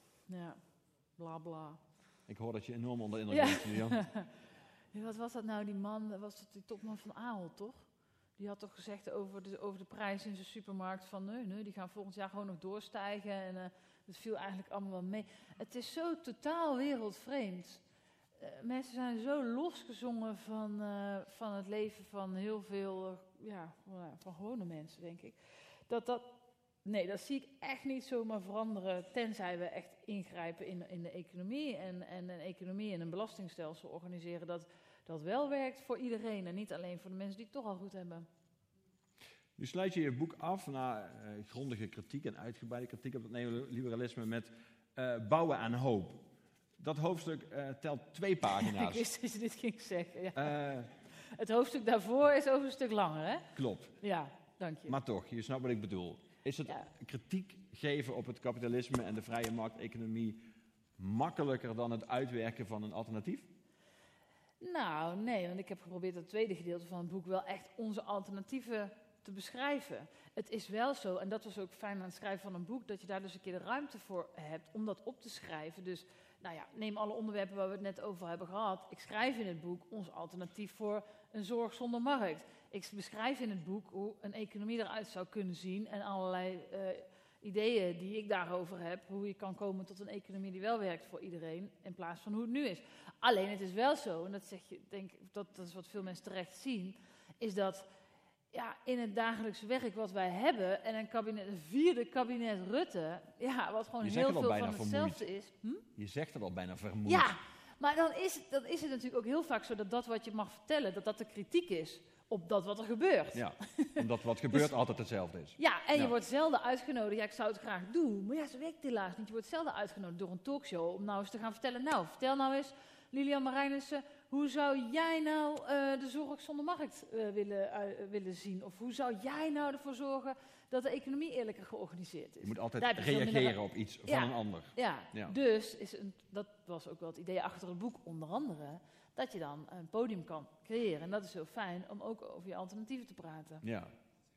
[SPEAKER 1] bla bla.
[SPEAKER 2] Ik hoor dat je enorm onder indruk bent, Julian.
[SPEAKER 1] Wat was dat nou, die man, dat was die topman van Ahold, toch? Die had toch gezegd over de prijs in zijn supermarkt van nee, die gaan volgend jaar gewoon nog doorstijgen. En dat viel eigenlijk allemaal wel mee. Het is zo totaal wereldvreemd. Mensen zijn zo losgezongen van het leven van heel veel, van gewone mensen, denk ik. Dat zie ik echt niet zomaar veranderen, tenzij we echt ingrijpen in de economie en een economie en een belastingstelsel organiseren dat wel werkt voor iedereen en niet alleen voor de mensen die het toch al goed hebben.
[SPEAKER 2] Nu sluit je je boek af na grondige kritiek en uitgebreide kritiek op het neoliberalisme met bouwen aan hoop. Dat hoofdstuk telt 2 pagina's.
[SPEAKER 1] Ik wist dat je dit ging zeggen. Ja. Het hoofdstuk daarvoor is over een stuk langer, hè?
[SPEAKER 2] Klopt.
[SPEAKER 1] Ja, dank je.
[SPEAKER 2] Maar toch, je snapt wat ik bedoel. Is het kritiek geven op het kapitalisme en de vrije markteconomie makkelijker dan het uitwerken van een alternatief?
[SPEAKER 1] Nou, nee, want ik heb geprobeerd het tweede gedeelte van het boek wel echt onze alternatieven te beschrijven. Het is wel zo, en dat was ook fijn aan het schrijven van een boek, dat je daar dus een keer de ruimte voor hebt om dat op te schrijven. Dus, nou ja, neem alle onderwerpen waar we het net over hebben gehad. Ik schrijf in het boek ons alternatief voor een zorg zonder markt. Ik beschrijf in het boek hoe een economie eruit zou kunnen zien en allerlei ideeën die ik daarover heb, hoe je kan komen tot een economie die wel werkt voor iedereen, in plaats van hoe het nu is. Alleen het is wel zo, en dat zeg je, denk ik, dat is wat veel mensen terecht zien, is dat in het dagelijkse werk wat wij hebben, en een vierde kabinet Rutte, wat gewoon heel veel van hetzelfde is.
[SPEAKER 2] Je zegt het al bijna vermoeid.
[SPEAKER 1] Ja, maar dan is het natuurlijk ook heel vaak zo dat wat je mag vertellen, dat de kritiek is op dat wat er gebeurt.
[SPEAKER 2] Ja, omdat wat gebeurt altijd hetzelfde is.
[SPEAKER 1] Ja, en je wordt zelden uitgenodigd. Ja, ik zou het graag doen, maar zo werkt het helaas niet. Je wordt zelden uitgenodigd door een talkshow om nou eens te gaan vertellen. Nou, vertel nou eens, Lilian Marijnissen, hoe zou jij nou de zorg zonder markt willen zien? Of hoe zou jij nou ervoor zorgen dat de economie eerlijker georganiseerd is?
[SPEAKER 2] Je moet altijd reageren op iets van een ander.
[SPEAKER 1] Ja. Dus dat was ook wel het idee achter het boek, onder andere, dat je dan een podium kan creëren. En dat is heel fijn om ook over je alternatieven te praten.
[SPEAKER 2] Ja.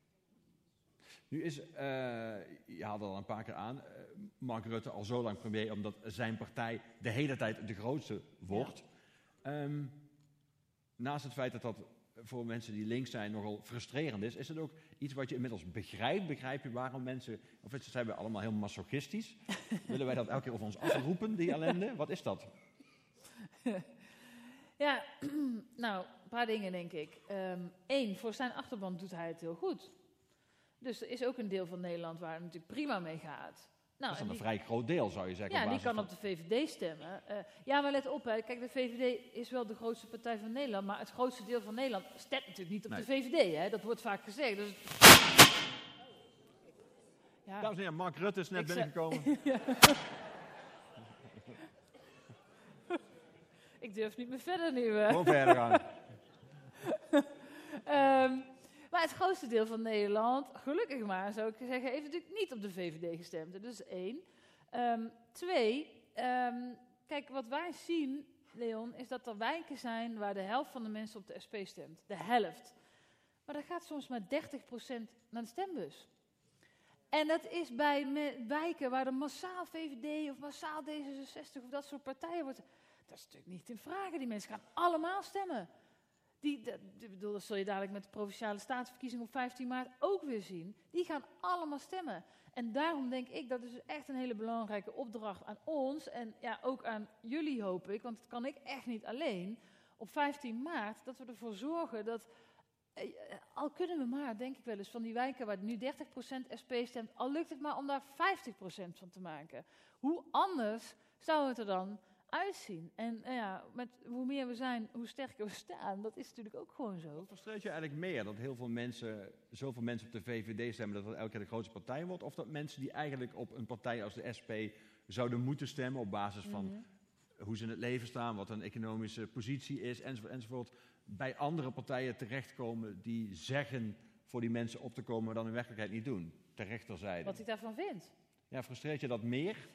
[SPEAKER 2] Nu is, je haalde al een paar keer aan, Mark Rutte al zo lang premier, omdat zijn partij de hele tijd de grootste wordt. Ja. Naast het feit dat dat voor mensen die links zijn nogal frustrerend is het ook iets wat je inmiddels begrijpt? Begrijp je waarom mensen, of zijn we allemaal heel masochistisch? Willen wij dat elke keer over ons afroepen, die ellende? Wat is dat?
[SPEAKER 1] Ja, nou, een paar dingen denk ik. 1, voor zijn achterban doet hij het heel goed. Dus er is ook een deel van Nederland waar het natuurlijk prima mee gaat. Nou,
[SPEAKER 2] dat is dan een vrij groot deel, zou je zeggen.
[SPEAKER 1] Ja, die kan op de VVD stemmen. Ja, maar let op, hè. Kijk, de VVD is wel de grootste partij van Nederland, maar het grootste deel van Nederland stemt natuurlijk niet op de VVD, hè. Dat wordt vaak gezegd. Dus
[SPEAKER 2] ja. Dames en heren, Mark Rutte is net binnengekomen.
[SPEAKER 1] Ik durf niet meer verder nu.
[SPEAKER 2] Gewoon verder gaan.
[SPEAKER 1] Maar het grootste deel van Nederland, gelukkig maar, zou ik zeggen, heeft natuurlijk niet op de VVD gestemd. Dat is 1. 2, kijk, wat wij zien, Leon, is dat er wijken zijn waar de helft van de mensen op de SP stemt. De helft. Maar dat gaat soms maar 30% naar de stembus. En dat is bij wijken waar er massaal VVD of massaal D66 of dat soort partijen wordt. Dat is natuurlijk niet in vragen. Die mensen gaan allemaal stemmen. Dat zul je dadelijk met de Provinciale Staatsverkiezing op 15 maart ook weer zien. Die gaan allemaal stemmen. En daarom denk ik, dat is echt een hele belangrijke opdracht aan ons. En ja, ook aan jullie hoop ik, want dat kan ik echt niet alleen. Op 15 maart, dat we ervoor zorgen dat, al kunnen we maar, denk ik wel eens, van die wijken waar nu 30% SP stemt, al lukt het maar om daar 50% van te maken. Hoe anders zou het er dan uitzien? En met hoe meer we zijn, hoe sterker we staan. Dat is natuurlijk ook gewoon zo.
[SPEAKER 2] Wat frustreert je eigenlijk meer? Dat heel veel mensen, zoveel mensen op de VVD stemmen, dat het elke keer de grootste partij wordt? Of dat mensen die eigenlijk op een partij als de SP zouden moeten stemmen op basis van hoe ze in het leven staan, wat hun economische positie is, enzovoort, enzovoort, bij andere partijen terechtkomen die zeggen voor die mensen op te komen, maar dan in werkelijkheid niet doen? Ter rechterzijde.
[SPEAKER 1] Wat ik daarvan vind?
[SPEAKER 2] Ja, frustreert je dat meer?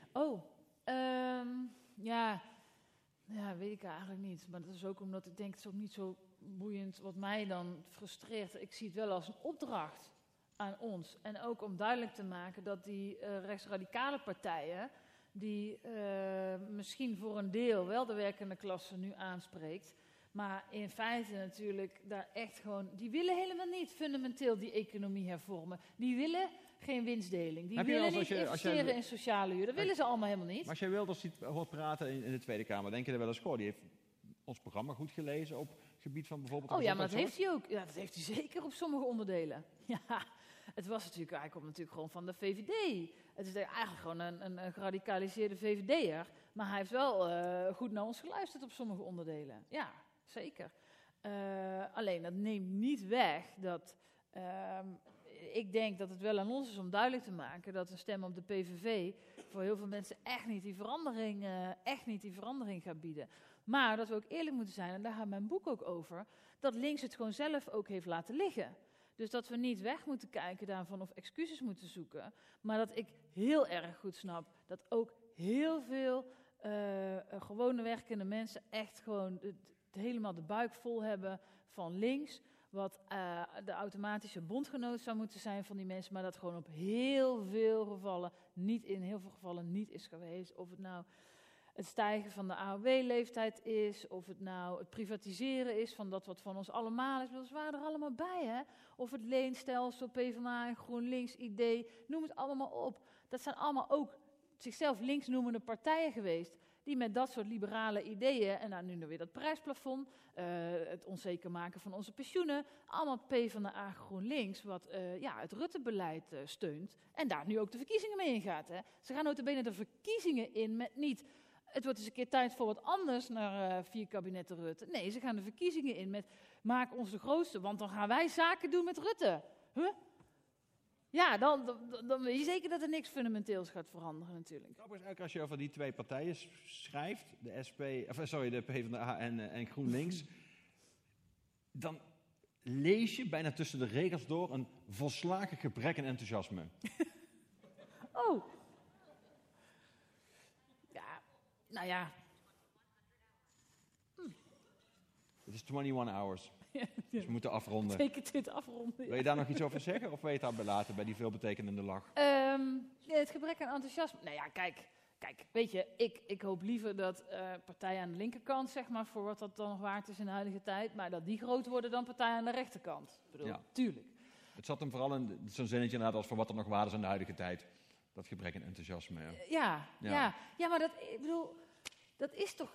[SPEAKER 1] Ja, weet ik eigenlijk niet. Maar dat is ook omdat ik denk, het is ook niet zo boeiend wat mij dan frustreert. Ik zie het wel als een opdracht aan ons. En ook om duidelijk te maken dat die rechtsradicale partijen, die misschien voor een deel wel de werkende klasse nu aanspreekt, maar in feite natuurlijk daar echt gewoon, die willen helemaal niet fundamenteel die economie hervormen. Die willen geen winstdeling. Die willen niet investeren in sociale huur. Dat willen ze allemaal helemaal niet.
[SPEAKER 2] Maar als jij Wilders hoort praten in de Tweede Kamer, denk je er wel eens, die heeft ons programma goed gelezen op het gebied van bijvoorbeeld...
[SPEAKER 1] Oh ja, maar dat heeft hij ook. Ja, dat heeft hij zeker op sommige onderdelen. Ja, het was natuurlijk, hij komt natuurlijk gewoon van de VVD. Het is eigenlijk gewoon een geradicaliseerde VVD'er. Maar hij heeft wel goed naar ons geluisterd op sommige onderdelen. Ja, zeker. Alleen, dat neemt niet weg dat ik denk dat het wel aan ons is om duidelijk te maken dat een stem op de PVV voor heel veel mensen echt niet die verandering gaat bieden. Maar dat we ook eerlijk moeten zijn, en daar gaat mijn boek ook over, dat links het gewoon zelf ook heeft laten liggen. Dus dat we niet weg moeten kijken daarvan of excuses moeten zoeken, maar dat ik heel erg goed snap dat ook heel veel gewone werkende mensen echt gewoon helemaal de buik vol hebben van links, wat de automatische bondgenoot zou moeten zijn van die mensen, maar dat gewoon op heel veel gevallen niet is geweest. Of het nou het stijgen van de AOW-leeftijd is, of het nou het privatiseren is van dat wat van ons allemaal is. Ze waren er allemaal bij, hè? Of het leenstelsel, PvdA en GroenLinks idee, noem het allemaal op. Dat zijn allemaal ook zichzelf links noemende partijen geweest, die met dat soort liberale ideeën, en nou, nu nog weer dat prijsplafond, het onzeker maken van onze pensioenen, allemaal PvdA GroenLinks, wat het Rutte-beleid steunt, en daar nu ook de verkiezingen mee ingaat. Hè. Ze gaan notabene de verkiezingen in met niet, het wordt eens een keer tijd voor wat anders naar 4 kabinetten Rutte. Nee, ze gaan de verkiezingen in met, maak ons de grootste, want dan gaan wij zaken doen met Rutte. Huh? Ja, dan weet je zeker dat er niks fundamenteels gaat veranderen natuurlijk.
[SPEAKER 2] Grappig is eigenlijk als je over die 2 partijen schrijft, de PvdA en GroenLinks, dan lees je bijna tussen de regels door een volslagen gebrek aan enthousiasme.
[SPEAKER 1] Oh. Ja, nou ja.
[SPEAKER 2] Het is 21 hours. Dus we moeten afronden.
[SPEAKER 1] Zeker dit afronden.
[SPEAKER 2] Wil je daar nog iets over zeggen? Of wil je het daarbij laten, bij die veelbetekenende lach?
[SPEAKER 1] Het gebrek aan enthousiasme. Nou ja, kijk, weet je, ik hoop liever dat partijen aan de linkerkant, zeg maar, voor wat dat dan nog waard is in de huidige tijd, maar dat die groter worden dan partijen aan de rechterkant. Ik bedoel, tuurlijk.
[SPEAKER 2] Het zat hem vooral in zo'n zinnetje inderdaad als voor wat er nog waard is in de huidige tijd. Dat gebrek aan enthousiasme.
[SPEAKER 1] Ja, maar dat, ik bedoel, dat is toch,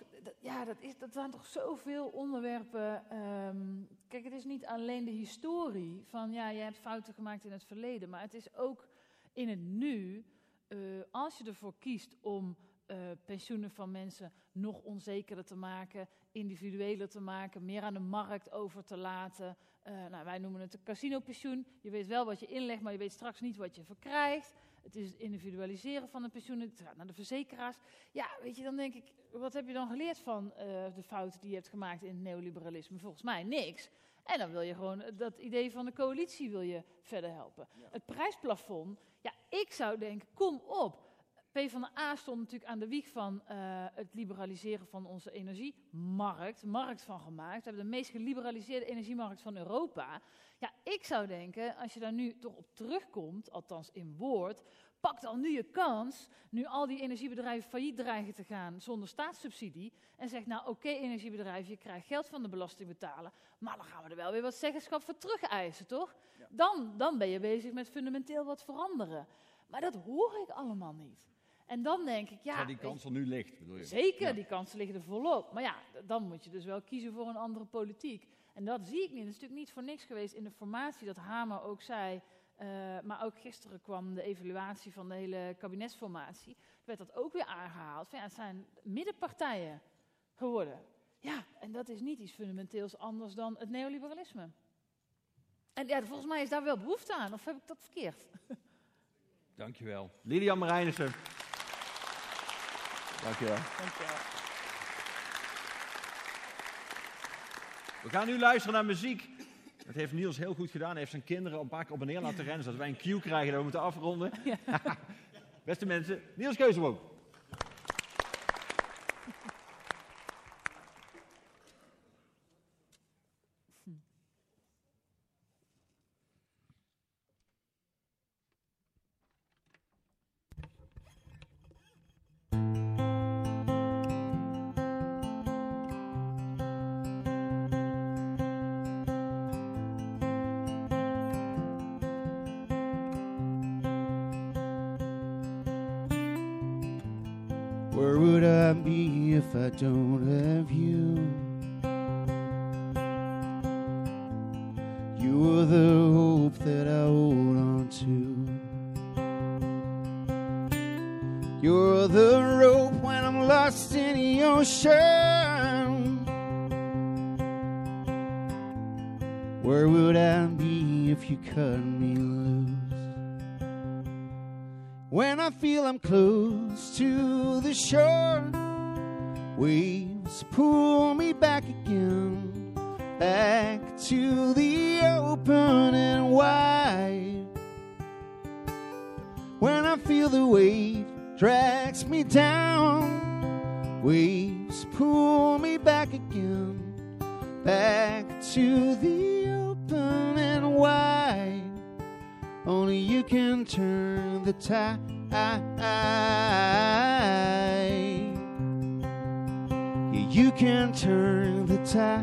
[SPEAKER 1] dat zijn toch zoveel onderwerpen. Kijk, het is niet alleen de historie van, je hebt fouten gemaakt in het verleden, maar het is ook in het nu, als je ervoor kiest om pensioenen van mensen nog onzekerder te maken, individueler te maken, meer aan de markt over te laten. Wij noemen het een casinopensioen. Je weet wel wat je inlegt, maar je weet straks niet wat je verkrijgt. Het is het individualiseren van de pensioenen. Het gaat naar de verzekeraars. Ja, weet je, dan denk ik, wat heb je dan geleerd van de fouten die je hebt gemaakt in het neoliberalisme? Volgens mij niks. En dan wil je gewoon dat idee van de coalitie wil je verder helpen. Ja. Het prijsplafond, ik zou denken, kom op. PvdA stond natuurlijk aan de wieg van het liberaliseren van onze energiemarkt. Markt van gemaakt. We hebben de meest geliberaliseerde energiemarkt van Europa. Ja, ik zou denken, als je daar nu toch op terugkomt, althans in woord, pak dan nu je kans, nu al die energiebedrijven failliet dreigen te gaan zonder staatssubsidie, en zeg nou oké, energiebedrijf, je krijgt geld van de belastingbetaler, maar dan gaan we er wel weer wat zeggenschap voor terug eisen, toch? Ja. Dan ben je bezig met fundamenteel wat veranderen. Maar dat hoor ik allemaal niet. En dan denk ik,
[SPEAKER 2] die kans er nu ligt, bedoel je?
[SPEAKER 1] Zeker, die kansen liggen er volop. Maar dan moet je dus wel kiezen voor een andere politiek. En dat zie ik niet. Het is natuurlijk niet voor niks geweest in de formatie dat Hamer ook zei, maar ook gisteren kwam de evaluatie van de hele kabinetsformatie. Werd dat ook weer aangehaald. Het zijn middenpartijen geworden. Ja, en dat is niet iets fundamenteels anders dan het neoliberalisme. En volgens mij is daar wel behoefte aan, of heb ik dat verkeerd?
[SPEAKER 2] Dankjewel. Lilian Marijnissen. Dankjewel. We gaan nu luisteren naar muziek. Dat heeft Niels heel goed gedaan. Hij heeft zijn kinderen een paar keer op en neer laten rennen, zodat wij een cue krijgen dat we moeten afronden. Ja. Beste mensen, Niels Keuzenboom.
[SPEAKER 3] Where would I be if I don't have you? You're the hope that I hold on to. You're the rope when I'm lost in the ocean. Where would I be if you cut me loose? When I feel I'm close to the shore, waves pull me back again, back to the open and wide. When I feel the wave drags me down, waves pull me back again, back to the open and wide. Only you can turn the tide. Yeah, you can turn the tide.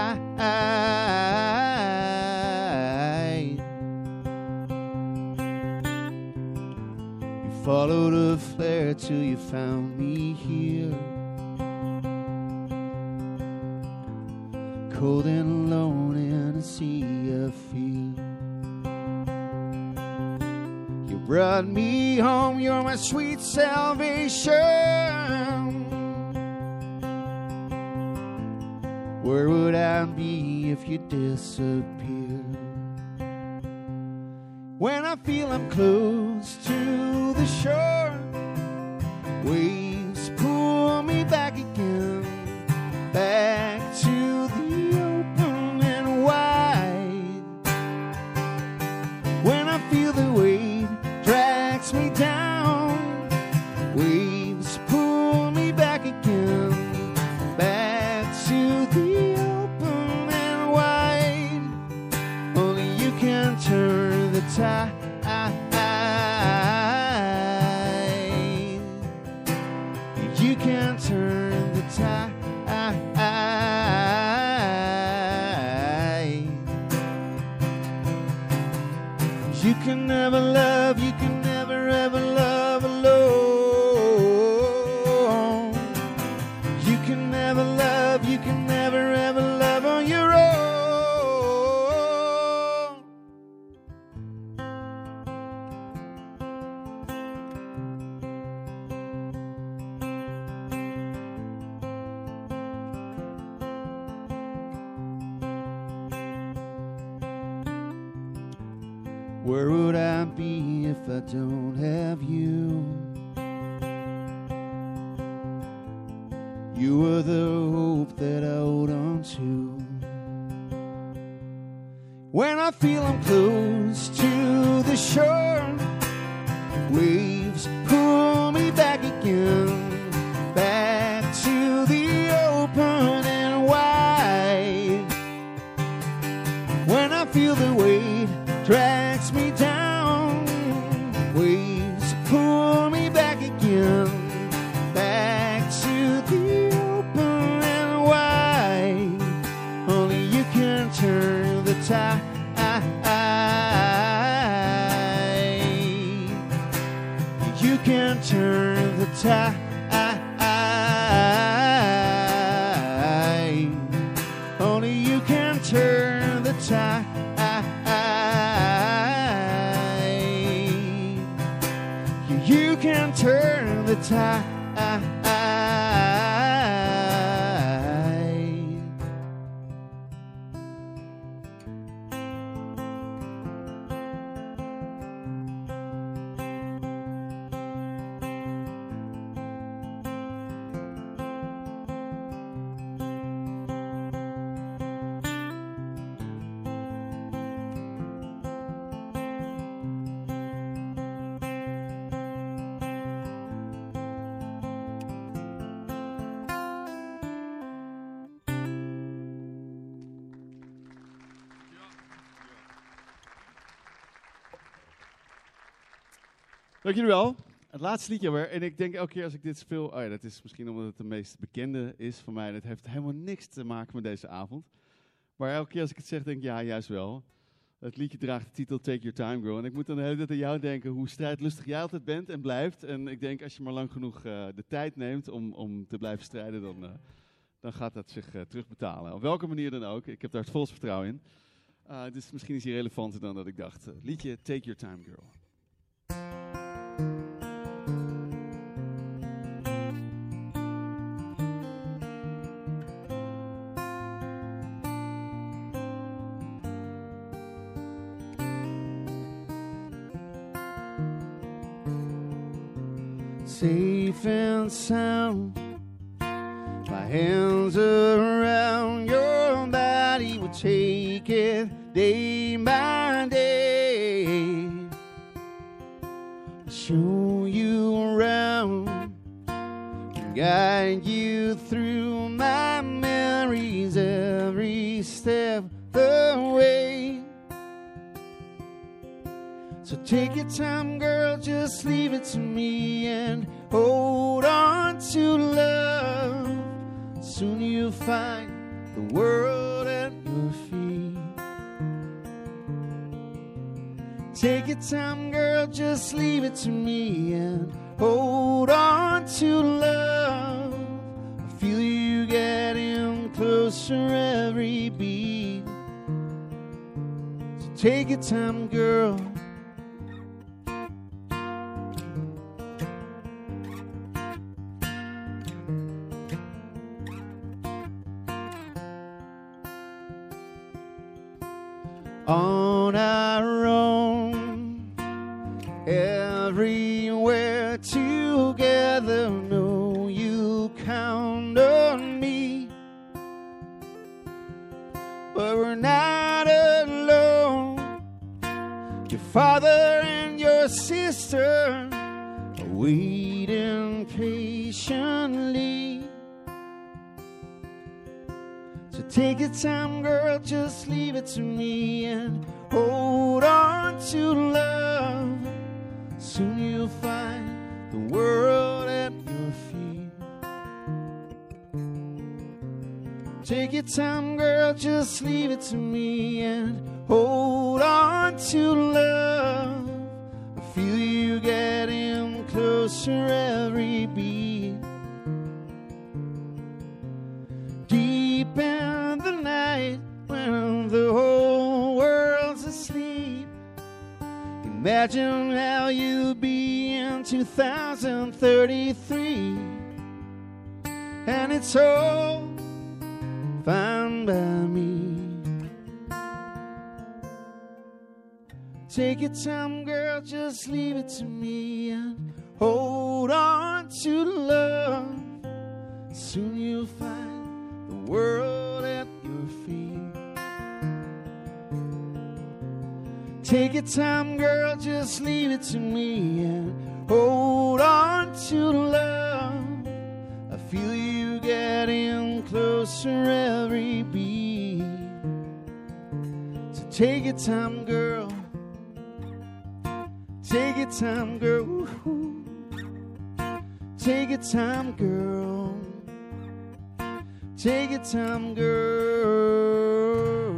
[SPEAKER 3] You followed a flare till you found me here, cold and alone in a sea of fear. You brought me home, you're my sweet salvation. Where would I be if you disappeared? When I feel I'm close to the shore, waves pull me back again, back to the open and wide. When I feel the wave drags me down, waves pull me back again, back to the open and wide. Only you can turn the tide. You can turn the tide. You can never love, you can never ever love alone. You can never love, you can never ever love on your own. Where would I be if I don't have you? You were the hope that I hold on to. When I feel I'm close to the shore, waves pull me back again, back to the open and wide. When I feel the weight drags me down, waves pull me back again, back to the open and wide. Only you can turn the tide. You can turn the tide. Only you can turn the tide. You can turn the tide.
[SPEAKER 4] Dank jullie wel. Het laatste liedje weer. En ik denk elke keer als ik dit speel... Oh ja, dat is misschien omdat het de meest bekende is voor mij. Dat heeft helemaal niks te maken met deze avond. Maar elke keer als ik het zeg, denk ik, ja, juist wel. Het liedje draagt de titel Take Your Time, Girl. En ik moet dan de hele tijd aan jou denken hoe strijdlustig jij altijd bent en blijft. En ik denk, als je maar lang genoeg de tijd neemt om te blijven strijden, dan gaat dat zich terugbetalen. Op welke manier dan ook. Ik heb daar het volste vertrouwen in. Dus misschien is hij relevanter dan dat ik dacht. Liedje Take Your Time, Girl.
[SPEAKER 3] safe and sound. My hands around your body will take it day by day. Show you around, guide you through my memories every step the way. So take your time, girl, just leave it to me and hold on to love. Soon you'll find the world at your feet. Take your time, girl, just leave it to me and hold on to love. I feel you getting closer every beat. So take your time, girl. On our own, everywhere together, know you count on me. But we're not alone. Your father and your sister are waiting patiently. So take your time, girl, just leave it to me and hold on to love. Soon you'll find the world at your feet. Take your time, girl, just leave it to me and hold on to love. I feel you getting closer every beat. Deep in the night when the whole world's asleep, imagine how you'll be in 2033. And it's all fine by me. Take your time, girl, just leave it to me and hold on to love. Soon you'll find the world at your feet. Take your time, girl, just leave it to me and hold on to love. I feel you getting closer every beat. So take your time, girl. Take your time, girl. Ooh. Take your time, girl. Take your time, girl.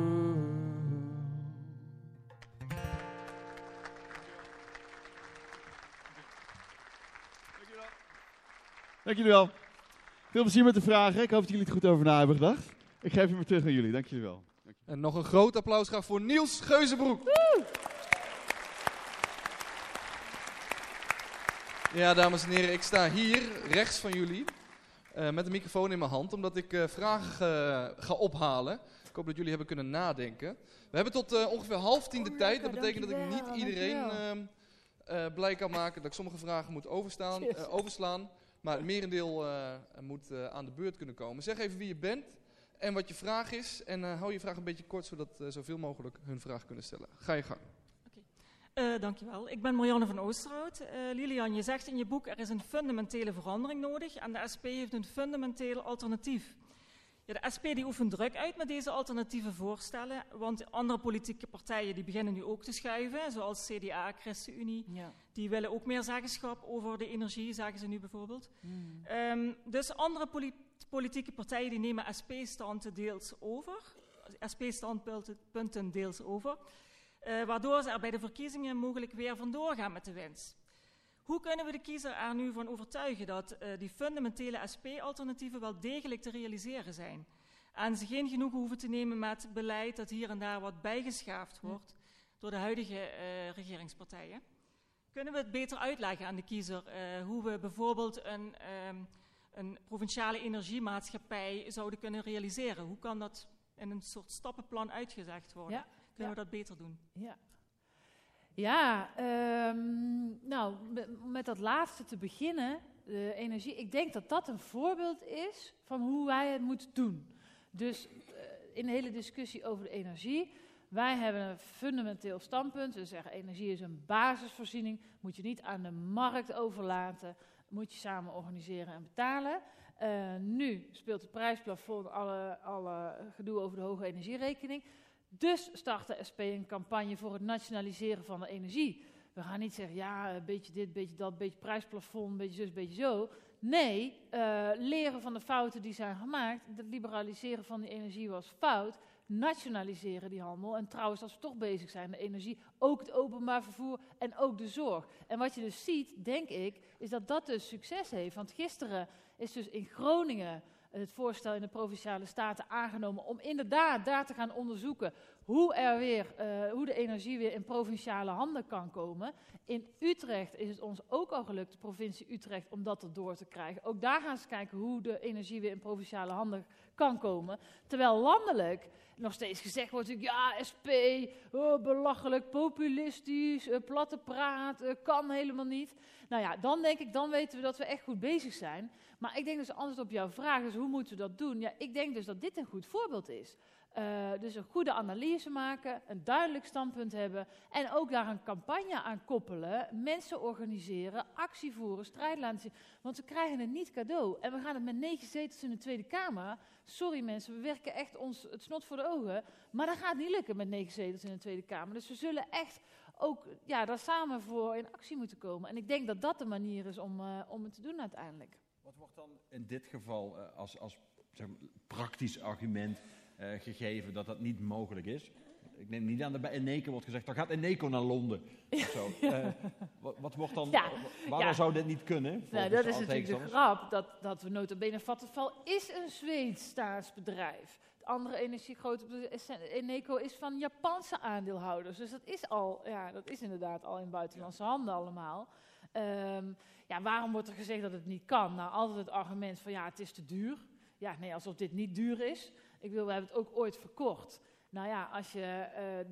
[SPEAKER 4] Dank jullie wel. Veel plezier met de vragen. Ik hoop dat jullie het goed over na hebben gedacht. Ik geef je weer terug aan jullie. Dank jullie wel.
[SPEAKER 5] En nog een groot applaus graag voor Niels Geuzenbroek. Ja, dames en heren, ik sta hier rechts van jullie met een microfoon in mijn hand, omdat ik vragen ga ophalen. Ik hoop dat jullie hebben kunnen nadenken. We hebben tot ongeveer 9:30 de tijd. Dat betekent dat ik niet iedereen blij kan maken, dat ik sommige vragen moet overslaan. Maar het merendeel moet aan de beurt kunnen komen. Zeg even wie je bent en wat je vraag is. En hou je vraag een beetje kort, zodat zoveel mogelijk hun vraag kunnen stellen. Ga je gang.
[SPEAKER 6] Dankjewel. Ik ben Marianne van Oosterhout. Lilian, je zegt in je boek er is een fundamentele verandering nodig en de SP heeft een fundamenteel alternatief. Ja, de SP die oefent druk uit met deze alternatieve voorstellen, want andere politieke partijen die beginnen nu ook te schuiven, zoals CDA, ChristenUnie, die willen ook meer zeggenschap over de energie, zeggen ze nu bijvoorbeeld. Dus andere politieke partijen die nemen SP-standpunten deels over. Waardoor ze er bij de verkiezingen mogelijk weer vandoor gaan met de winst. Hoe kunnen we de kiezer er nu van overtuigen dat die fundamentele SP-alternatieven wel degelijk te realiseren zijn? En ze geen genoegen hoeven te nemen met beleid dat hier en daar wat bijgeschaafd wordt door de huidige regeringspartijen? Kunnen we het beter uitleggen aan de kiezer hoe we bijvoorbeeld een provinciale energiemaatschappij zouden kunnen realiseren? Hoe kan dat in een soort stappenplan uitgezegd worden? Ja. Kunnen we dat beter doen?
[SPEAKER 1] Ja, nou, met dat laatste te beginnen, de energie. Ik denk dat dat een voorbeeld is van hoe wij het moeten doen. Dus in de hele discussie over de energie, wij hebben een fundamenteel standpunt. We zeggen energie is een basisvoorziening, moet je niet aan de markt overlaten, moet je samen organiseren en betalen. Nu speelt het prijsplafond alle gedoe over de hoge energierekening. Dus start de SP een campagne voor het nationaliseren van de energie. We gaan niet zeggen, ja, een beetje dit, een beetje dat, een beetje prijsplafond, een beetje zus, een beetje zo. Nee, leren van de fouten die zijn gemaakt. Het liberaliseren van die energie was fout. Nationaliseren die handel. En trouwens, als we toch bezig zijn, de energie, ook het openbaar vervoer en ook de zorg. En wat je dus ziet, denk ik, is dat dat dus succes heeft. Want gisteren is dus in Groningen het voorstel in de Provinciale Staten aangenomen om inderdaad daar te gaan onderzoeken hoe de energie weer in provinciale handen kan komen. In Utrecht is het ons ook al gelukt, de provincie Utrecht, om dat erdoor te krijgen. Ook daar gaan ze kijken hoe de energie weer in provinciale handen kan komen. Terwijl landelijk nog steeds gezegd wordt, ja, SP, belachelijk, populistisch, platte praat, kan helemaal niet. Nou ja, dan denk ik, dan weten we dat we echt goed bezig zijn. Maar ik denk dus, antwoord op jouw vraag, dus hoe moeten we dat doen? Ja, ik denk dus dat dit een goed voorbeeld is. Dus een goede analyse maken, een duidelijk standpunt hebben en ook daar een campagne aan koppelen, mensen organiseren, actie voeren, strijd laten zien. Want we krijgen het niet cadeau. En we gaan het met 9 zetels in de Tweede Kamer. Sorry mensen, we werken echt ons het snot voor de ogen. Maar dat gaat niet lukken met 9 zetels in de Tweede Kamer. Dus we zullen echt ook daar samen voor in actie moeten komen. En ik denk dat dat de manier is om het te doen uiteindelijk.
[SPEAKER 2] Wat wordt dan in dit geval als zeg maar, praktisch argument gegeven dat dat niet mogelijk is? Ik neem niet aan dat bij Eneco wordt gezegd, dan gaat Eneco naar Londen. Of zo. Wat wordt dan, waarom zou dit niet kunnen?
[SPEAKER 1] Nou, dat is natuurlijk de grap, dat we nota bene Vattenfall is een Zweeds staatsbedrijf. Het andere energiegrote Eneco is van Japanse aandeelhouders. Dus dat is inderdaad al in buitenlandse handen allemaal. Waarom wordt er gezegd dat het niet kan? Nou, altijd het argument van het is te duur. Ja, nee, alsof dit niet duur is. We hebben het ook ooit verkocht. Nou ja, als je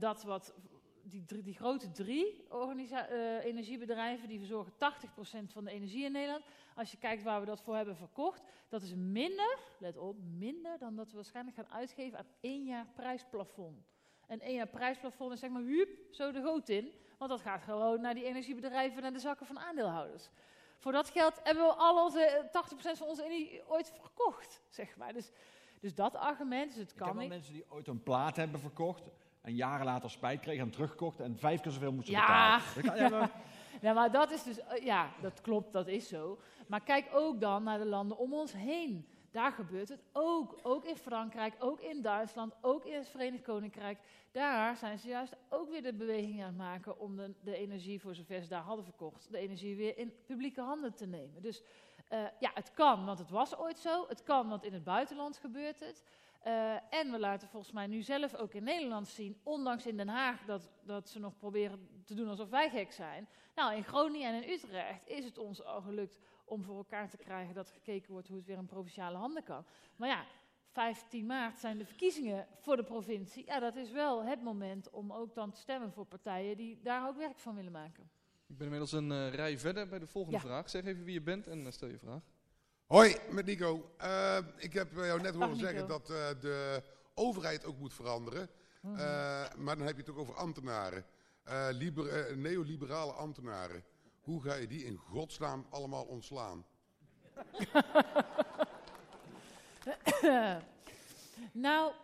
[SPEAKER 1] die grote 3 energiebedrijven, die verzorgen 80% van de energie in Nederland. Als je kijkt waar we dat voor hebben verkocht, dat is minder, let op, minder dan dat we waarschijnlijk gaan uitgeven aan 1 jaar prijsplafond. En 1 jaar prijsplafond is zeg maar, zo de goot in, want dat gaat gewoon naar die energiebedrijven en de zakken van aandeelhouders. Voor dat geld hebben we al onze 80% van onze energie ooit verkocht, zeg maar. Dus dat argument, dus het kan niet.
[SPEAKER 2] Ik heb wel mensen die ooit een plaat hebben verkocht en jaren later spijt kregen en teruggekocht en 5 keer zoveel moesten betalen.
[SPEAKER 1] Ja, maar dat is dus, dat klopt, dat is zo. Maar kijk ook dan naar de landen om ons heen. Daar gebeurt het ook. Ook in Frankrijk, ook in Duitsland, ook in het Verenigd Koninkrijk. Daar zijn ze juist ook weer de beweging aan het maken om de energie, voor zover ze daar hadden verkocht, de energie weer in publieke handen te nemen. Dus het kan, want het was ooit zo. Het kan, want in het buitenland gebeurt het. En we laten volgens mij nu zelf ook in Nederland zien, ondanks in Den Haag dat ze nog proberen te doen alsof wij gek zijn. Nou, in Groningen en in Utrecht is het ons al gelukt om voor elkaar te krijgen dat gekeken wordt hoe het weer in provinciale handen kan. Maar 15 maart zijn de verkiezingen voor de provincie. Ja, dat is wel het moment om ook dan te stemmen voor partijen die daar ook werk van willen maken.
[SPEAKER 5] Ik ben inmiddels een rij verder bij de volgende vraag. Zeg even wie je bent en stel je vraag.
[SPEAKER 7] Hoi, met Nico. Ik heb jou net horen zeggen dat de overheid ook moet veranderen. Maar dan heb je het ook over ambtenaren. Neoliberale ambtenaren. Hoe ga je die in godsnaam allemaal ontslaan?
[SPEAKER 1] Nou.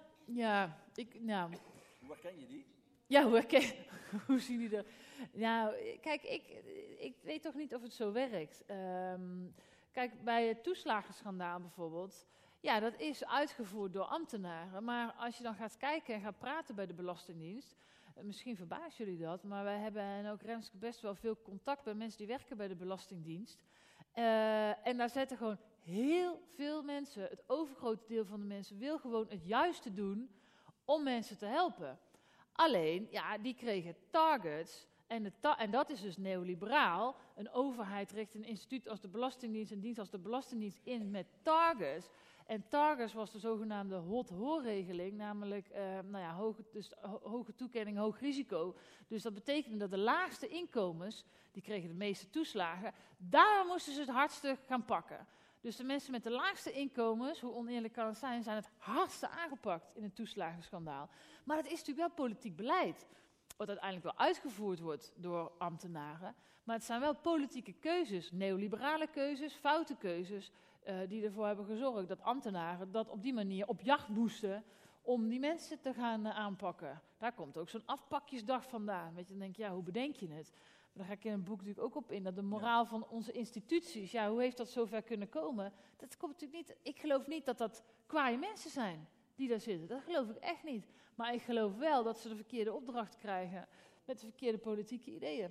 [SPEAKER 2] Hoe herken je die?
[SPEAKER 1] Ja, hoe zien die er? Nou, kijk, ik weet toch niet of het zo werkt. Kijk, bij het toeslagenschandaal bijvoorbeeld, dat is uitgevoerd door ambtenaren. Maar als je dan gaat kijken en gaat praten bij de Belastingdienst, misschien verbaast jullie dat, maar wij hebben en ook Renske best wel veel contact bij mensen die werken bij de Belastingdienst. En daar zetten gewoon heel veel mensen, het overgrote deel van de mensen, wil gewoon het juiste doen om mensen te helpen. Alleen, die kregen targets En dat is dus neoliberaal. Een overheid richt een instituut als de Belastingdienst, een dienst als de Belastingdienst in met targets. En targets was de zogenaamde HOT-HOR-regeling, namelijk hoge toekenning, hoog risico. Dus dat betekende dat de laagste inkomens, die kregen de meeste toeslagen, daar moesten ze het hardste gaan pakken. Dus de mensen met de laagste inkomens, hoe oneerlijk kan het zijn het hardste aangepakt in het toeslagenschandaal. Maar het is natuurlijk wel politiek beleid, wat uiteindelijk wel uitgevoerd wordt door ambtenaren. Maar het zijn wel politieke keuzes, neoliberale keuzes, foute keuzes, die ervoor hebben gezorgd dat ambtenaren dat op die manier op jacht moesten om die mensen te gaan aanpakken. Daar komt ook zo'n afpakjesdag vandaan. Weet je, dan denk je, ja, hoe bedenk je het? Daar ga ik in het boek natuurlijk ook op in, dat de moraal van onze instituties, ja, hoe heeft dat zover kunnen komen? Dat komt natuurlijk niet, ik geloof niet dat dat kwaaie mensen zijn die daar zitten. Dat geloof ik echt niet. Maar ik geloof wel dat ze de verkeerde opdracht krijgen met de verkeerde politieke ideeën.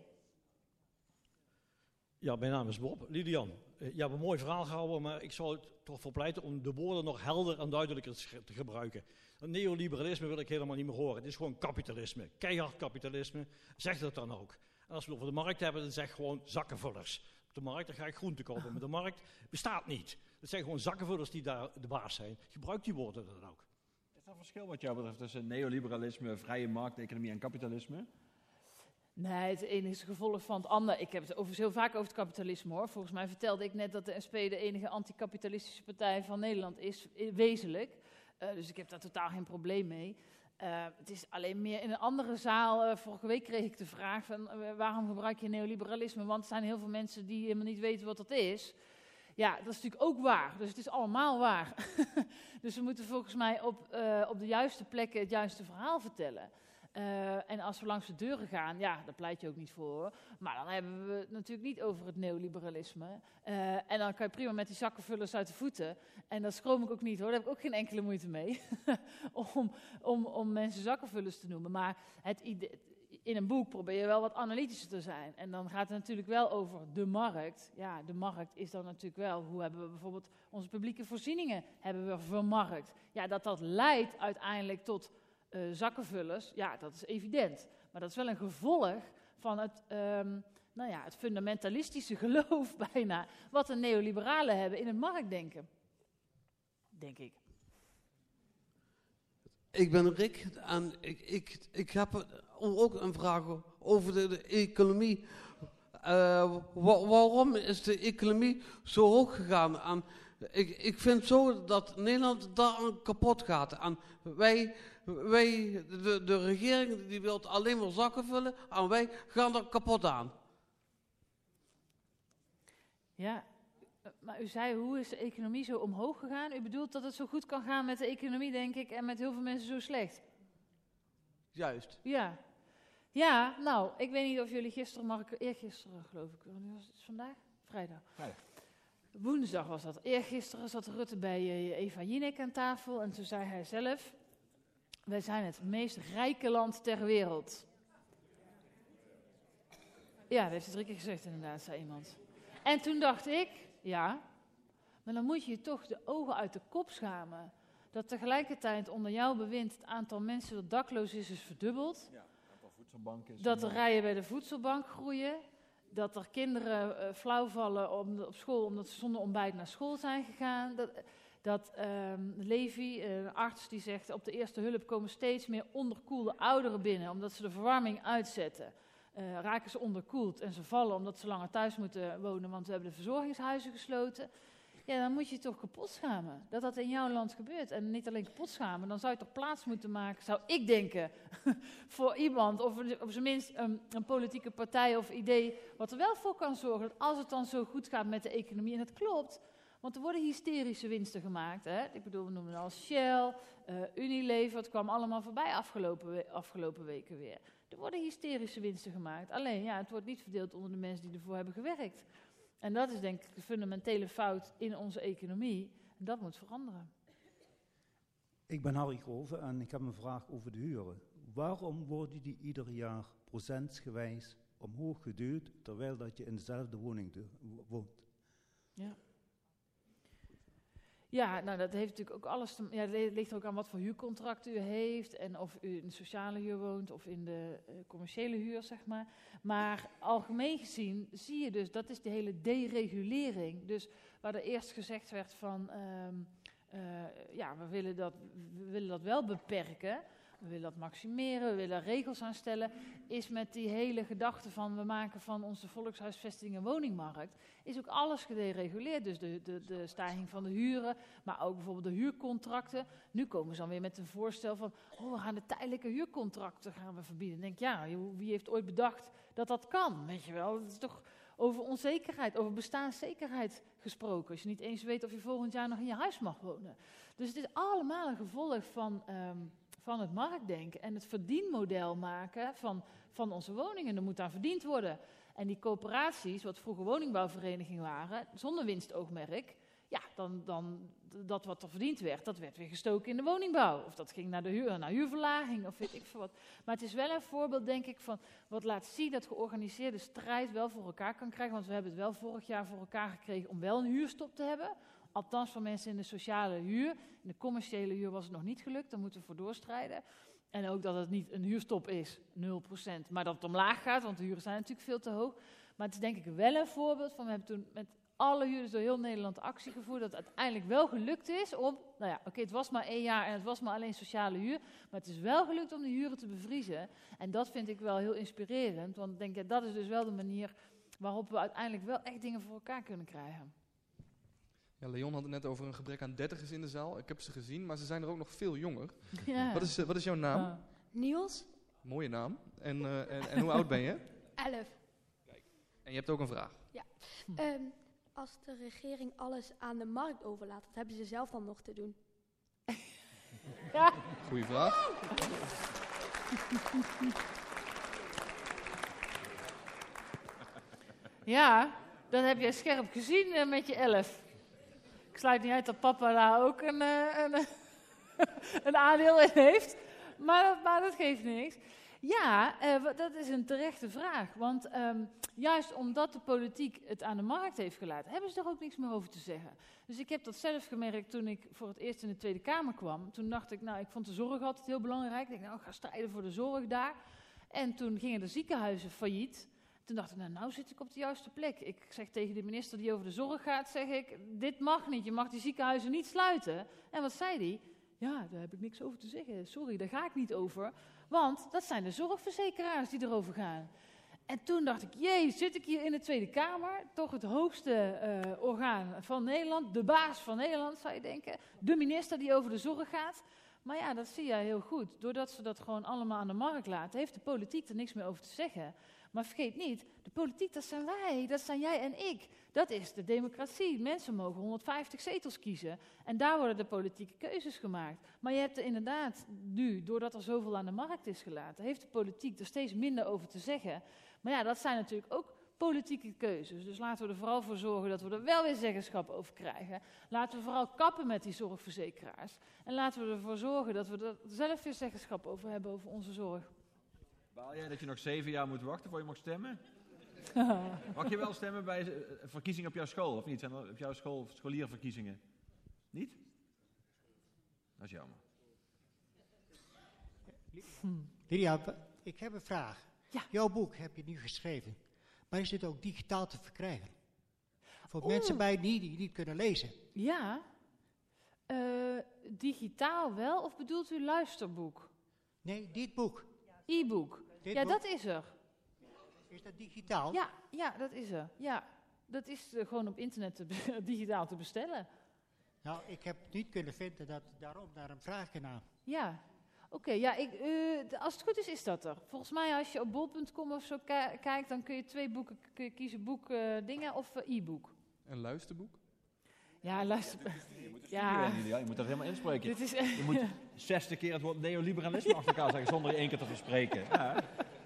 [SPEAKER 8] Ja, mijn naam is Bob. Lilian, je hebt een mooi verhaal gehouden, maar ik zou het toch voor pleiten om de woorden nog helder en duidelijker te gebruiken. Het neoliberalisme wil ik helemaal niet meer horen. Het is gewoon kapitalisme, keihard kapitalisme. Zeg dat dan ook. En als we het over de markt hebben, dan zeg gewoon zakkenvullers. Op de markt, dan ga ik groente kopen, maar de markt bestaat niet. Het zijn gewoon zakkenvullers die daar de baas zijn. Gebruik die woorden dan ook.
[SPEAKER 2] Is er een verschil wat jou betreft tussen neoliberalisme, vrije markteconomie en kapitalisme?
[SPEAKER 1] Nee, het ene is het gevolg van het ander. Ik heb het overigens heel vaak over het kapitalisme, hoor. Volgens mij vertelde ik net dat de SP de enige anticapitalistische partij van Nederland is, wezenlijk. Dus ik heb daar totaal geen probleem mee. Het is alleen meer in een andere zaal. Vorige week kreeg ik de vraag van waarom gebruik je neoliberalisme? Want er zijn heel veel mensen die helemaal niet weten wat dat is. Ja, dat is natuurlijk ook waar. Dus het is allemaal waar. Dus we moeten volgens mij op de juiste plekken het juiste verhaal vertellen. En als we langs de deuren gaan, ja, daar pleit je ook niet voor, hoor. Maar dan hebben we het natuurlijk niet over het neoliberalisme. En dan kan je prima met die zakkenvullers uit de voeten. En dat schroom ik ook niet, hoor. Daar heb ik ook geen enkele moeite mee. om mensen zakkenvullers te noemen. Maar het idee, in een boek probeer je wel wat analytischer te zijn. En dan gaat het natuurlijk wel over de markt. Ja, de markt is dan natuurlijk wel, hoe hebben we bijvoorbeeld onze publieke voorzieningen hebben we vermarkt. Ja, dat leidt uiteindelijk tot zakkenvullers, ja, dat is evident. Maar dat is wel een gevolg van het fundamentalistische geloof bijna, wat de neoliberalen hebben in het marktdenken. Denk ik.
[SPEAKER 9] Ik ben Rick en ik heb ook een vraag over de economie. Waarom is de economie zo hoog gegaan? En ik vind zo dat Nederland daaraan kapot gaat. En wij, de regering, die wil alleen maar zakken vullen en wij gaan er kapot aan.
[SPEAKER 1] Ja, maar u zei, hoe is de economie zo omhoog gegaan? U bedoelt dat het zo goed kan gaan met de economie, denk ik, en met heel veel mensen zo slecht?
[SPEAKER 9] Juist.
[SPEAKER 1] Ja. Ja, nou, ik weet niet of jullie eergisteren geloof ik, wanneer was het vandaag? Vrijdag. Woensdag was dat. Eergisteren zat Rutte bij Eva Jinek aan tafel en toen zei hij zelf, wij zijn het meest rijke land ter wereld. Ja, dat heeft hij 3 keer gezegd inderdaad, zei iemand. En toen dacht ik, ja, maar dan moet je je toch de ogen uit de kop schamen. Dat tegelijkertijd onder jouw bewind het aantal mensen dat dakloos is verdubbeld. Ja, het aantal voedselbanken is dat er rijen bij de voedselbank groeien. Dat er kinderen flauw vallen op school omdat ze zonder ontbijt naar school zijn gegaan. Dat Levi, een arts, die zegt op de eerste hulp komen steeds meer onderkoelde ouderen binnen. Omdat ze de verwarming uitzetten. Raken ze onderkoeld en ze vallen omdat ze langer thuis moeten wonen, want we hebben de verzorgingshuizen gesloten. Ja, dan moet je je toch kapot schamen dat dat in jouw land gebeurt. En niet alleen kapot schamen, dan zou je toch plaats moeten maken, zou ik denken, voor iemand, of op zijn minst een politieke partij of idee, wat er wel voor kan zorgen dat als het dan zo goed gaat met de economie, en dat klopt, want er worden hysterische winsten gemaakt. Hè? Ik bedoel, we noemen het al Shell, Unilever, het kwam allemaal voorbij afgelopen weken weer. Er worden hysterische winsten gemaakt. Alleen, ja, het wordt niet verdeeld onder de mensen die ervoor hebben gewerkt. En dat is denk ik de fundamentele fout in onze economie. En dat moet veranderen.
[SPEAKER 10] Ik ben Harry Grove en ik heb een vraag over de huren. Waarom worden die ieder jaar procentsgewijs omhoog geduwd, terwijl dat je in dezelfde woning woont?
[SPEAKER 1] Ja. Ja, nou dat heeft natuurlijk ook alles het ligt ook aan wat voor huurcontract u heeft en of u in de sociale huur woont of in de commerciële huur, zeg maar. Maar algemeen gezien zie je dus, dat is de hele deregulering. Dus waar er eerst gezegd werd van, we willen dat wel beperken, we willen dat maximeren, we willen regels aanstellen, is met die hele gedachte van we maken van onze volkshuisvesting een woningmarkt, is ook alles gedereguleerd. Dus de stijging van de huren, maar ook bijvoorbeeld de huurcontracten. Nu komen ze dan weer met een voorstel van, we gaan de tijdelijke huurcontracten verbieden. Dan denk ik, wie heeft ooit bedacht dat dat kan? Weet je wel, het is toch over onzekerheid, over bestaanszekerheid gesproken. Als je niet eens weet of je volgend jaar nog in je huis mag wonen. Dus het is allemaal een gevolg van het marktdenken en het verdienmodel maken van onze woningen. Er moet aan verdiend worden. En die coöperaties, wat vroeger woningbouwverenigingen waren, zonder winstoogmerk, dan dat wat er verdiend werd, dat werd weer gestoken in de woningbouw. Of dat ging naar huurverlaging, of weet ik veel wat. Maar het is wel een voorbeeld, denk ik, van wat laat zien dat georganiseerde strijd wel voor elkaar kan krijgen. Want we hebben het wel vorig jaar voor elkaar gekregen om wel een huurstop te hebben. Althans voor mensen in de sociale huur. In de commerciële huur was het nog niet gelukt, daar moeten we voor doorstrijden. En ook dat het niet een huurstop is, 0%, maar dat het omlaag gaat, want de huren zijn natuurlijk veel te hoog. Maar het is denk ik wel een voorbeeld van, we hebben toen met alle huurders door heel Nederland actie gevoerd, dat het uiteindelijk wel gelukt is om, het was maar 1 jaar en het was maar alleen sociale huur, maar het is wel gelukt om de huren te bevriezen. En dat vind ik wel heel inspirerend, want ik denk, dat is dus wel de manier waarop we uiteindelijk wel echt dingen voor elkaar kunnen krijgen.
[SPEAKER 5] Ja, Leon had het net over een gebrek aan dertigers in de zaal. Ik heb ze gezien, maar ze zijn er ook nog veel jonger.
[SPEAKER 1] Ja.
[SPEAKER 5] Wat is jouw naam?
[SPEAKER 11] Niels.
[SPEAKER 5] Mooie naam. En hoe oud ben je?
[SPEAKER 11] 11.
[SPEAKER 5] Kijk. En je hebt ook een vraag.
[SPEAKER 11] Ja. Als de regering alles aan de markt overlaat, wat hebben ze zelf dan nog te doen?
[SPEAKER 1] Ja.
[SPEAKER 5] Goeie vraag.
[SPEAKER 1] Ja, dat heb jij scherp gezien met je 11. Ik sluit niet uit dat papa daar ook een aandeel in heeft, maar dat geeft niks. Ja, dat is een terechte vraag, want juist omdat de politiek het aan de markt heeft gelaten, hebben ze er ook niks meer over te zeggen. Dus ik heb dat zelf gemerkt toen ik voor het eerst in de Tweede Kamer kwam. Toen dacht ik, ik vond de zorg altijd heel belangrijk. Ik dacht, ik ga strijden voor de zorg daar. En toen gingen de ziekenhuizen failliet. Toen dacht ik, nou zit ik op de juiste plek. Ik zeg tegen de minister die over de zorg gaat, zeg ik, dit mag niet, je mag die ziekenhuizen niet sluiten. En wat zei die? Ja, daar heb ik niks over te zeggen. Sorry, daar ga ik niet over. Want dat zijn de zorgverzekeraars die erover gaan. En toen dacht ik, zit ik hier in de Tweede Kamer, toch het hoogste orgaan van Nederland, de baas van Nederland zou je denken, de minister die over de zorg gaat. Maar ja, dat zie jij heel goed. Doordat ze dat gewoon allemaal aan de markt laten, heeft de politiek er niks meer over te zeggen. Maar vergeet niet, de politiek, dat zijn wij, dat zijn jij en ik. Dat is de democratie. Mensen mogen 150 zetels kiezen. En daar worden de politieke keuzes gemaakt. Maar je hebt er inderdaad nu, doordat er zoveel aan de markt is gelaten, heeft de politiek er steeds minder over te zeggen. Maar ja, dat zijn natuurlijk ook politieke keuzes. Dus laten we er vooral voor zorgen dat we er wel weer zeggenschap over krijgen. Laten we vooral kappen met die zorgverzekeraars. En laten we ervoor zorgen dat we er zelf weer zeggenschap over hebben over onze zorg.
[SPEAKER 2] Baal jij dat je nog 7 jaar moet wachten voor je mag stemmen? Mag je wel stemmen bij verkiezingen op jouw school, of niet? Zijn er op jouw school scholierenverkiezingen? Niet? Dat is jammer.
[SPEAKER 12] Lydia, ik heb een vraag.
[SPEAKER 1] Ja.
[SPEAKER 12] Jouw boek heb je nu geschreven, maar is dit ook digitaal te verkrijgen? Voor mensen bij die niet kunnen lezen.
[SPEAKER 1] Ja. Digitaal wel, of bedoelt u luisterboek?
[SPEAKER 12] Nee, dit boek.
[SPEAKER 1] E-book. Ja,
[SPEAKER 12] boek.
[SPEAKER 1] dat is er.
[SPEAKER 12] Is dat digitaal?
[SPEAKER 1] Ja, dat is er. Ja, dat is gewoon op internet digitaal te bestellen.
[SPEAKER 12] Nou, ik heb het niet kunnen vinden, daarom daar een vraagje naar.
[SPEAKER 1] Ja, oké. Als het goed is dat er. Volgens mij als je op bol.com of zo kijkt, dan kun je 2 boeken kiezen. Boek dingen of e-book.
[SPEAKER 5] Een luisterboek?
[SPEAKER 1] Ja, luisterboek.
[SPEAKER 2] Je moet dat helemaal inspreken.
[SPEAKER 1] Dit is,
[SPEAKER 2] je moet 60 keer het woord neoliberalisme achter elkaar zeggen zonder je 1 keer te verspreken. Ja.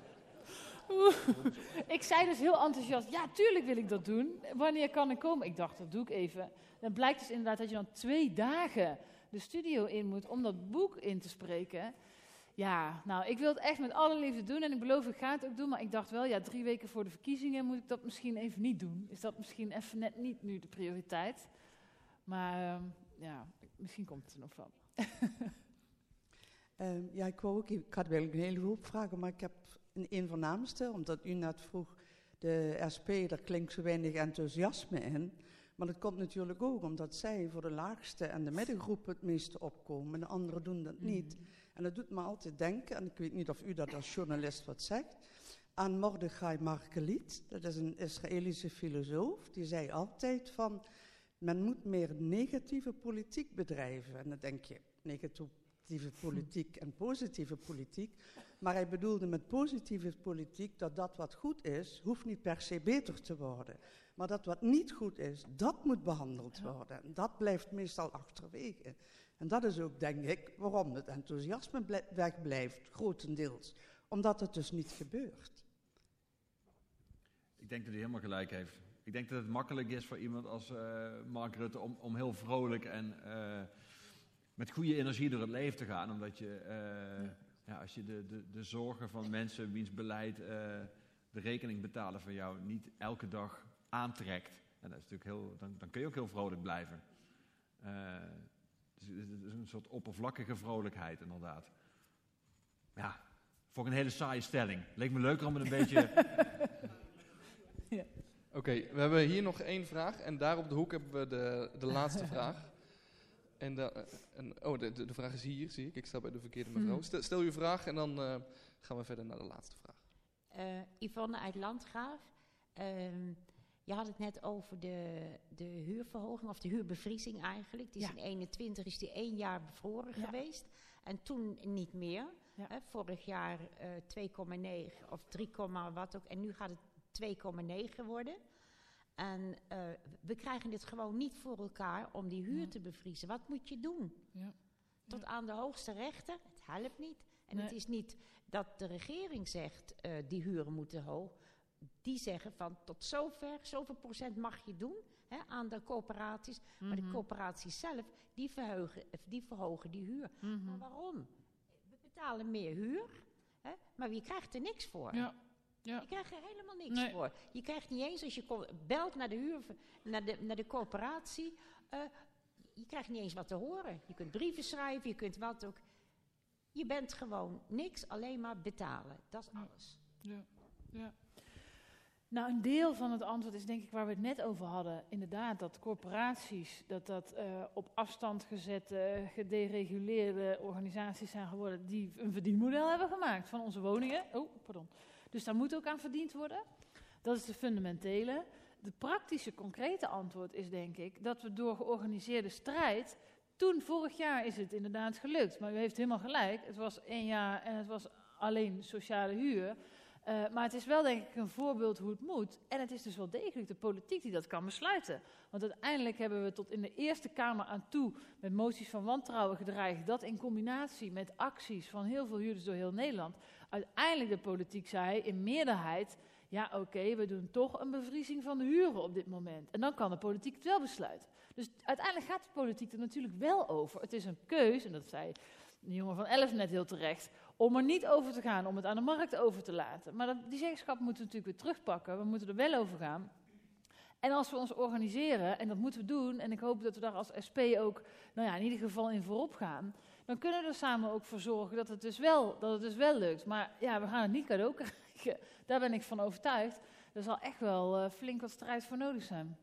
[SPEAKER 1] Ik zei dus heel enthousiast, ja, tuurlijk wil ik dat doen. Wanneer kan ik komen? Ik dacht, dat doe ik even. Dan blijkt dus inderdaad dat je dan 2 dagen de studio in moet om dat boek in te spreken. Ja, nou, ik wil het echt met alle liefde doen en ik beloof, ik ga het ook doen. Maar ik dacht wel, 3 weken voor de verkiezingen moet ik dat misschien even niet doen. Is dat misschien even net niet nu de prioriteit? Maar misschien komt het er nog van.
[SPEAKER 13] Ik had wel een hele hoop vragen, maar ik heb een voornaamste, omdat u net vroeg, de SP, daar klinkt zo weinig enthousiasme in. Maar dat komt natuurlijk ook omdat zij voor de laagste en de middengroepen het meeste opkomen. En de anderen doen dat niet. En dat doet me altijd denken, en ik weet niet of u dat als journalist wat zegt, aan Mordechai Margeliet. Dat is een Israëlische filosoof. Die zei altijd van, men moet meer negatieve politiek bedrijven. En dan denk je, negatieve politiek en positieve politiek. Maar hij bedoelde met positieve politiek dat wat goed is, hoeft niet per se beter te worden. Maar dat wat niet goed is, dat moet behandeld worden. En dat blijft meestal achterwege. En dat is ook, denk ik, waarom het enthousiasme wegblijft, grotendeels. Omdat het dus niet gebeurt.
[SPEAKER 2] Ik denk dat hij helemaal gelijk heeft. Ik denk dat het makkelijk is voor iemand als Mark Rutte om heel vrolijk en met goede energie door het leven te gaan. Omdat je, als je de zorgen van mensen wiens beleid de rekening betalen voor jou niet elke dag aantrekt. En dat is natuurlijk dan kun je ook heel vrolijk blijven. Dus het is een soort oppervlakkige vrolijkheid inderdaad. Ja, voor een hele saaie stelling. Leek me leuker om het een beetje...
[SPEAKER 5] Ja. Oké, we hebben hier nog 1 vraag en daar op de hoek hebben we de laatste vraag. En de vraag is hier, zie ik. Ik sta bij de verkeerde mevrouw. Stel uw vraag en dan gaan we verder naar de laatste vraag.
[SPEAKER 14] Yvonne uit Landgraaf. Je had het net over de huurverhoging, of de huurbevriezing eigenlijk. Die is in 2021 is die 1 jaar bevroren geweest. En toen niet meer. Ja. Vorig jaar 2,9 of 3, wat ook. En nu gaat het 2,9 worden. En we krijgen dit gewoon niet voor elkaar om die huur te bevriezen. Wat moet je doen? Ja. Tot aan de hoogste rechter? Het helpt niet. En het is niet dat de regering zegt die huren moeten hoog. Die zeggen van tot zover, zoveel procent mag je doen aan de coöperaties. Maar de coöperaties zelf, die verhogen die huur. Maar waarom? We betalen meer huur, maar je krijgt er niks voor. Ja. Ja. Je krijgt er helemaal niks voor. Je krijgt niet eens, als je belt naar de huur, naar de coöperatie, je krijgt niet eens wat te horen. Je kunt brieven schrijven, je kunt wat ook. Je bent gewoon niks, alleen maar betalen. Dat is alles.
[SPEAKER 1] Ja. Ja. Nou, een deel van het antwoord is denk ik waar we het net over hadden. Inderdaad, dat corporaties, dat op afstand gezette, gedereguleerde organisaties zijn geworden die een verdienmodel hebben gemaakt van onze woningen. Dus daar moet ook aan verdiend worden. Dat is de fundamentele. De praktische, concrete antwoord is denk ik dat we door georganiseerde strijd... Vorig jaar is het inderdaad gelukt, maar u heeft helemaal gelijk. Het was 1 jaar en het was alleen sociale huur. Maar het is wel denk ik een voorbeeld hoe het moet. En het is dus wel degelijk de politiek die dat kan besluiten. Want uiteindelijk hebben we tot in de Eerste Kamer aan toe met moties van wantrouwen gedreigd. Dat in combinatie met acties van heel veel huurders door heel Nederland. Uiteindelijk de politiek zei in meerderheid... Ja, oké, we doen toch een bevriezing van de huren op dit moment. En dan kan de politiek het wel besluiten. Dus uiteindelijk gaat de politiek er natuurlijk wel over. Het is een keus, en dat zei de jongen van 11 net heel terecht... om er niet over te gaan, om het aan de markt over te laten. Maar die zeggenschap moeten we natuurlijk weer terugpakken. We moeten er wel over gaan. En als we ons organiseren, en dat moeten we doen... en ik hoop dat we daar als SP ook in ieder geval in voorop gaan... dan kunnen we er samen ook voor zorgen dat het dus wel lukt. Maar ja, we gaan het niet cadeau krijgen. Daar ben ik van overtuigd. Er zal echt wel flink wat strijd voor nodig zijn.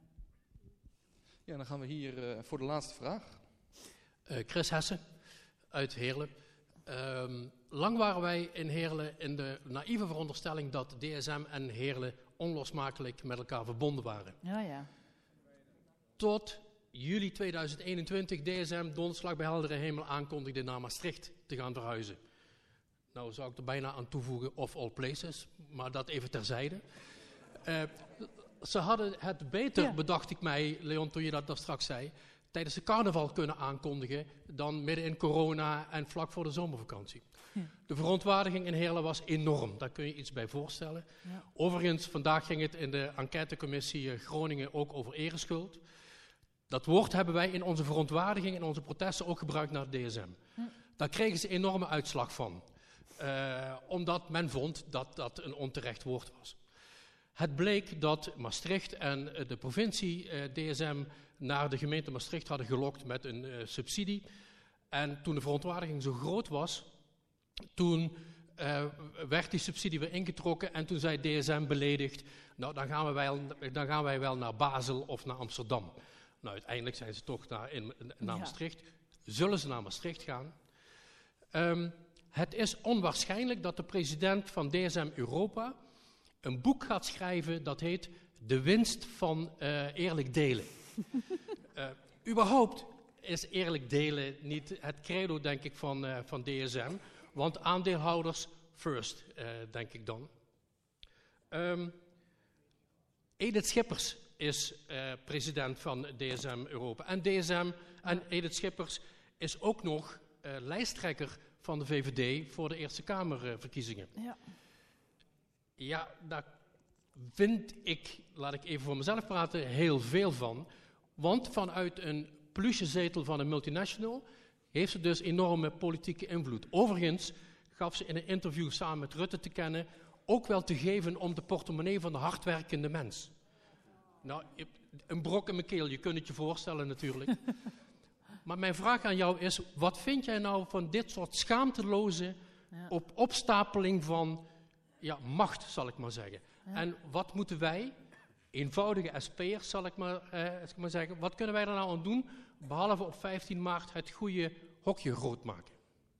[SPEAKER 5] Ja, dan gaan we hier voor de laatste vraag.
[SPEAKER 15] Chris Hessen uit Heerlen. Lang waren wij in Heerlen in de naïeve veronderstelling dat DSM en Heerlen onlosmakelijk met elkaar verbonden waren.
[SPEAKER 1] Ja.
[SPEAKER 15] Tot juli 2021 DSM donderslag bij heldere hemel aankondigde naar Maastricht te gaan verhuizen. Nou zou ik er bijna aan toevoegen of all places, maar dat even terzijde. Ze hadden het beter, bedacht ik mij, Leon, toen je dat daar straks zei, tijdens de carnaval kunnen aankondigen dan midden in corona en vlak voor de zomervakantie. Ja. De verontwaardiging in Heerlen was enorm, daar kun je iets bij voorstellen. Ja. Overigens, vandaag ging het in de enquêtecommissie Groningen ook over ereschuld. Dat woord hebben wij in onze verontwaardiging en onze protesten ook gebruikt naar de DSM. Ja. Daar kregen ze enorme uitslag van. Omdat men vond dat dat een onterecht woord was. Het bleek dat Maastricht en de provincie DSM naar de gemeente Maastricht hadden gelokt met een subsidie. En toen de verontwaardiging zo groot was, toen werd die subsidie weer ingetrokken en toen zei DSM beledigd, nou dan gaan wij wel naar Basel of naar Amsterdam. Nou, uiteindelijk zijn ze toch naar Maastricht. Zullen ze naar Maastricht gaan? Het is onwaarschijnlijk dat de president van DSM Europa een boek gaat schrijven dat heet De winst van eerlijk delen. Überhaupt is eerlijk delen niet het credo, denk ik, van DSM. Want aandeelhouders first, denk ik dan. Edith Schippers is president van DSM Europa. En DSM en Edith Schippers is ook nog lijsttrekker van de VVD voor de Eerste Kamerverkiezingen. Ja, daar vind ik, laat ik even voor mezelf praten, heel veel van. Want vanuit een pluchezetel van een multinational heeft ze dus enorme politieke invloed. Overigens gaf ze in een interview samen met Rutte te kennen ook wel te geven om de portemonnee van de hardwerkende mens. Nou, een brok in mijn keel, je kunt het je voorstellen natuurlijk. Maar mijn vraag aan jou is, wat vind jij nou van dit soort schaamteloze opstapeling van macht, zal ik maar zeggen. Ja. En wat moeten wij, eenvoudige SP'ers, zal ik maar zeggen, wat kunnen wij er nou aan doen, behalve op 15 maart het goede hokje groot maken?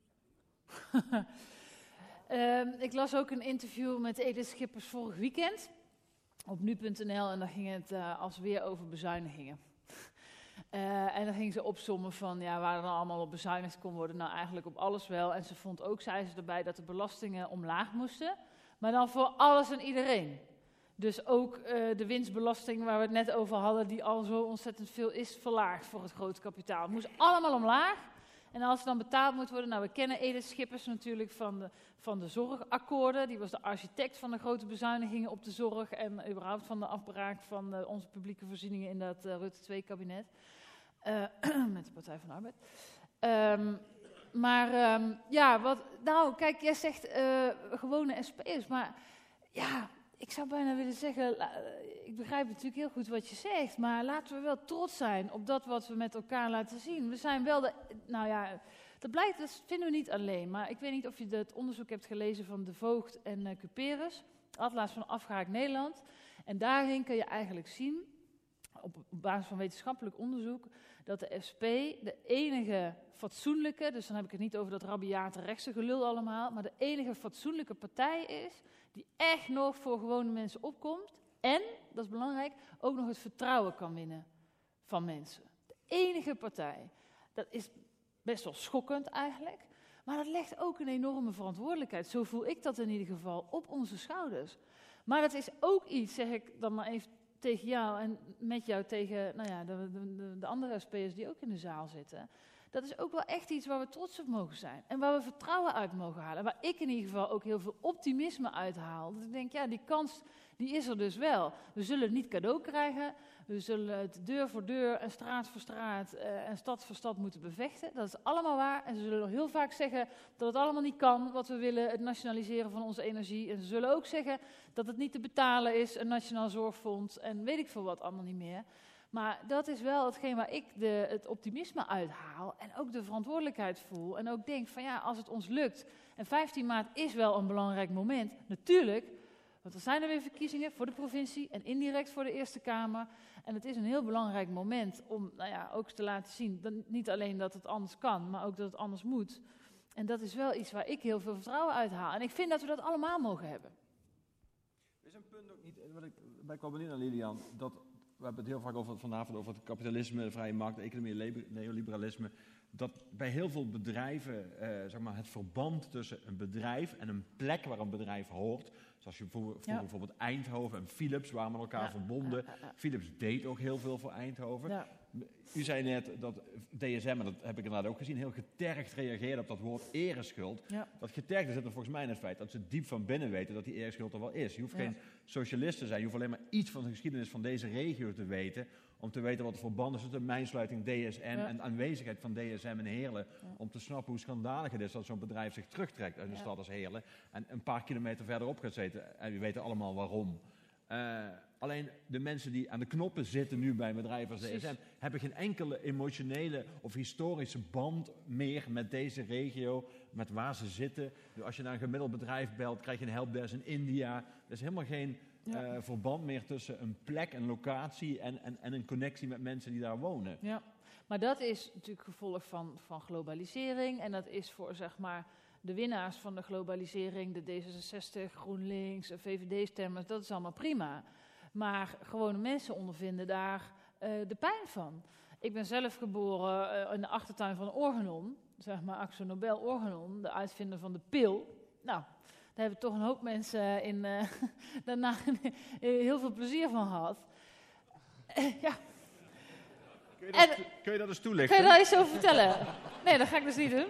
[SPEAKER 1] Ik las ook een interview met Edith Schippers vorig weekend op nu.nl en daar ging het als weer over bezuinigingen. En dan ging ze opsommen van waar er dan allemaal op bezuinigd kon worden. Nou, eigenlijk op alles wel. En ze vond ook, zei ze erbij, dat de belastingen omlaag moesten. Maar dan voor alles en iedereen. Dus ook de winstbelasting waar we het net over hadden, die al zo ontzettend veel is verlaagd voor het grote kapitaal. Het moest allemaal omlaag. En als er dan betaald moet worden, nou we kennen Edith Schippers natuurlijk van de zorgakkoorden. Die was de architect van de grote bezuinigingen op de zorg en überhaupt van de afbraak van onze publieke voorzieningen in dat Rutte 2-kabinet. Met de Partij van de Arbeid. Kijk, jij zegt gewone SP'ers, maar ik zou bijna willen zeggen, ik begrijp natuurlijk heel goed wat je zegt, maar laten we wel trots zijn op dat wat we met elkaar laten zien. We zijn wel dat vinden we niet alleen, maar ik weet niet of je het onderzoek hebt gelezen van De Voogd en Cuperus, Atlas van Afgehaakt Nederland. En daarin kun je eigenlijk zien, op basis van wetenschappelijk onderzoek, dat de SP de enige fatsoenlijke, dus dan heb ik het niet over dat rabiate rechtse gelul allemaal, maar de enige fatsoenlijke partij is die echt nog voor gewone mensen opkomt en, dat is belangrijk, ook nog het vertrouwen kan winnen van mensen. De enige partij. Dat is best wel schokkend eigenlijk, maar dat legt ook een enorme verantwoordelijkheid, zo voel ik dat in ieder geval, op onze schouders. Maar dat is ook iets, zeg ik dan maar even tegen jou en met jou tegen de andere SP'ers die ook in de zaal zitten. Dat is ook wel echt iets waar we trots op mogen zijn. En waar we vertrouwen uit mogen halen. Waar ik in ieder geval ook heel veel optimisme uit haal. Dat ik denk, die kans die is er dus wel. We zullen het niet cadeau krijgen. We zullen het deur voor deur en straat voor straat en stad voor stad moeten bevechten. Dat is allemaal waar. En ze zullen nog heel vaak zeggen dat het allemaal niet kan wat we willen, het nationaliseren van onze energie. En ze zullen ook zeggen dat het niet te betalen is, een nationaal zorgfonds en weet ik veel wat allemaal niet meer. Maar dat is wel hetgeen waar ik het optimisme uithaal en ook de verantwoordelijkheid voel. En ook denk van als het ons lukt. En 15 maart is wel een belangrijk moment, natuurlijk. Want er zijn er weer verkiezingen voor de provincie en indirect voor de Eerste Kamer. En het is een heel belangrijk moment om ook te laten zien, niet alleen dat het anders kan, maar ook dat het anders moet. En dat is wel iets waar ik heel veel vertrouwen uit haal. En ik vind dat we dat allemaal mogen hebben.
[SPEAKER 2] Is een punt ook niet, wat ik bij kwam benieuwd aan Lilian, dat we hebben het heel vaak vanavond over het kapitalisme, de vrije markt, de economie, neoliberalisme. Dat bij heel veel bedrijven het verband tussen een bedrijf en een plek waar een bedrijf hoort. Zoals je bijvoorbeeld Eindhoven en Philips waren met elkaar verbonden. Philips deed ook heel veel voor Eindhoven. Ja. U zei net dat DSM, en dat heb ik inderdaad ook gezien, heel getergd reageerde op dat woord ereschuld. Ja. Dat getergde zit er volgens mij in het feit dat ze diep van binnen weten dat die ereschuld er wel is. Je hoeft geen socialist te zijn, je hoeft alleen maar iets van de geschiedenis van deze regio te weten, om te weten wat de verband is tussen de mijnsluiting DSM en de aanwezigheid van DSM in Heerlen, om te snappen hoe schandalig het is dat zo'n bedrijf zich terugtrekt uit een stad als Heerlen en een paar kilometer verderop gaat zitten. En we weten allemaal waarom. Alleen de mensen die aan de knoppen zitten nu bij een bedrijf als DSM... hebben geen enkele emotionele of historische band meer met deze regio, met waar ze zitten. Dus als je naar een gemiddeld bedrijf belt, krijg je een helpdesk in India. Er is helemaal geen verband meer tussen een plek, een locatie en een connectie met mensen die daar wonen.
[SPEAKER 1] Ja, maar dat is natuurlijk gevolg van globalisering. En dat is voor, zeg maar, de winnaars van de globalisering, de D66, GroenLinks, VVD-stemmers, dat is allemaal prima. Maar gewone mensen ondervinden daar de pijn van. Ik ben zelf geboren in de achtertuin van Organon, zeg maar Akzo Nobel Organon, de uitvinder van de pil. Nou, daar hebben toch een hoop mensen daarna heel veel plezier van gehad. Ja.
[SPEAKER 2] Kun je dat eens toelichten?
[SPEAKER 1] Kun je daar iets over vertellen? Nee, dat ga ik dus niet doen.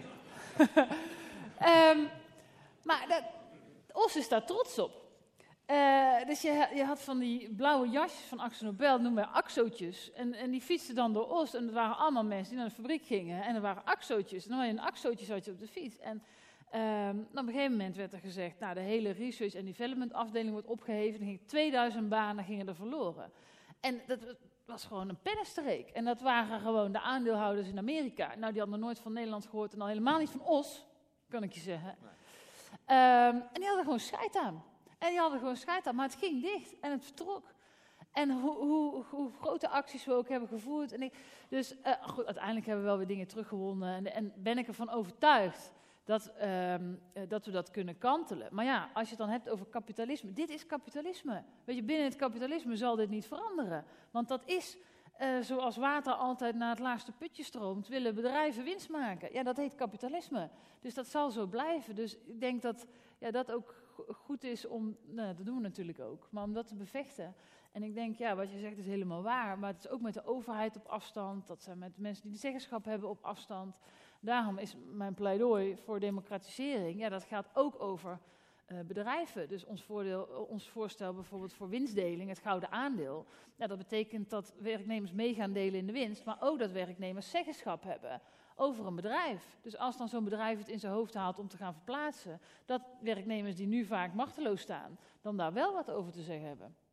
[SPEAKER 1] Maar Os is daar trots op. Dus je had van die blauwe jasjes van Akzo Nobel, noemen wij Akzootjes. En die fietsten dan door Os. En er waren allemaal mensen die naar de fabriek gingen. En er waren Akzootjes. En dan had je een Akzootje op de fiets. En op een gegeven moment werd er gezegd, nou, de hele research en development afdeling wordt opgeheven. Er gingen 2000 banen gingen er verloren. En dat was gewoon een pennenstreek. En dat waren gewoon de aandeelhouders in Amerika. Nou, die hadden nooit van Nederland gehoord en al helemaal niet van Os, kan ik je zeggen. En die hadden gewoon scheid aan. Maar het ging dicht en het vertrok. En hoe grote acties we ook hebben gevoerd. Dus goed, uiteindelijk hebben we wel weer dingen teruggewonnen. En ben ik ervan overtuigd dat we dat kunnen kantelen. Maar ja, als je het dan hebt over kapitalisme. Dit is kapitalisme. Weet je, binnen het kapitalisme zal dit niet veranderen. Want dat is zoals water altijd naar het laagste putje stroomt. Willen bedrijven winst maken. Ja, dat heet kapitalisme. Dus dat zal zo blijven. Dus ik denk dat dat ook goed is om, nou, dat doen we natuurlijk ook, maar om dat te bevechten. En ik denk, ja, wat je zegt is helemaal waar, maar het is ook met de overheid op afstand, dat zijn met mensen die de zeggenschap hebben op afstand. Daarom is mijn pleidooi voor democratisering, ja, dat gaat ook over bedrijven. Dus ons voorstel bijvoorbeeld voor winstdeling, het gouden aandeel, ja, dat betekent dat werknemers mee gaan delen in de winst, maar ook dat werknemers zeggenschap hebben over een bedrijf. Dus als dan zo'n bedrijf het in zijn hoofd haalt om te gaan verplaatsen, dat werknemers die nu vaak machteloos staan, dan daar wel wat over te zeggen hebben.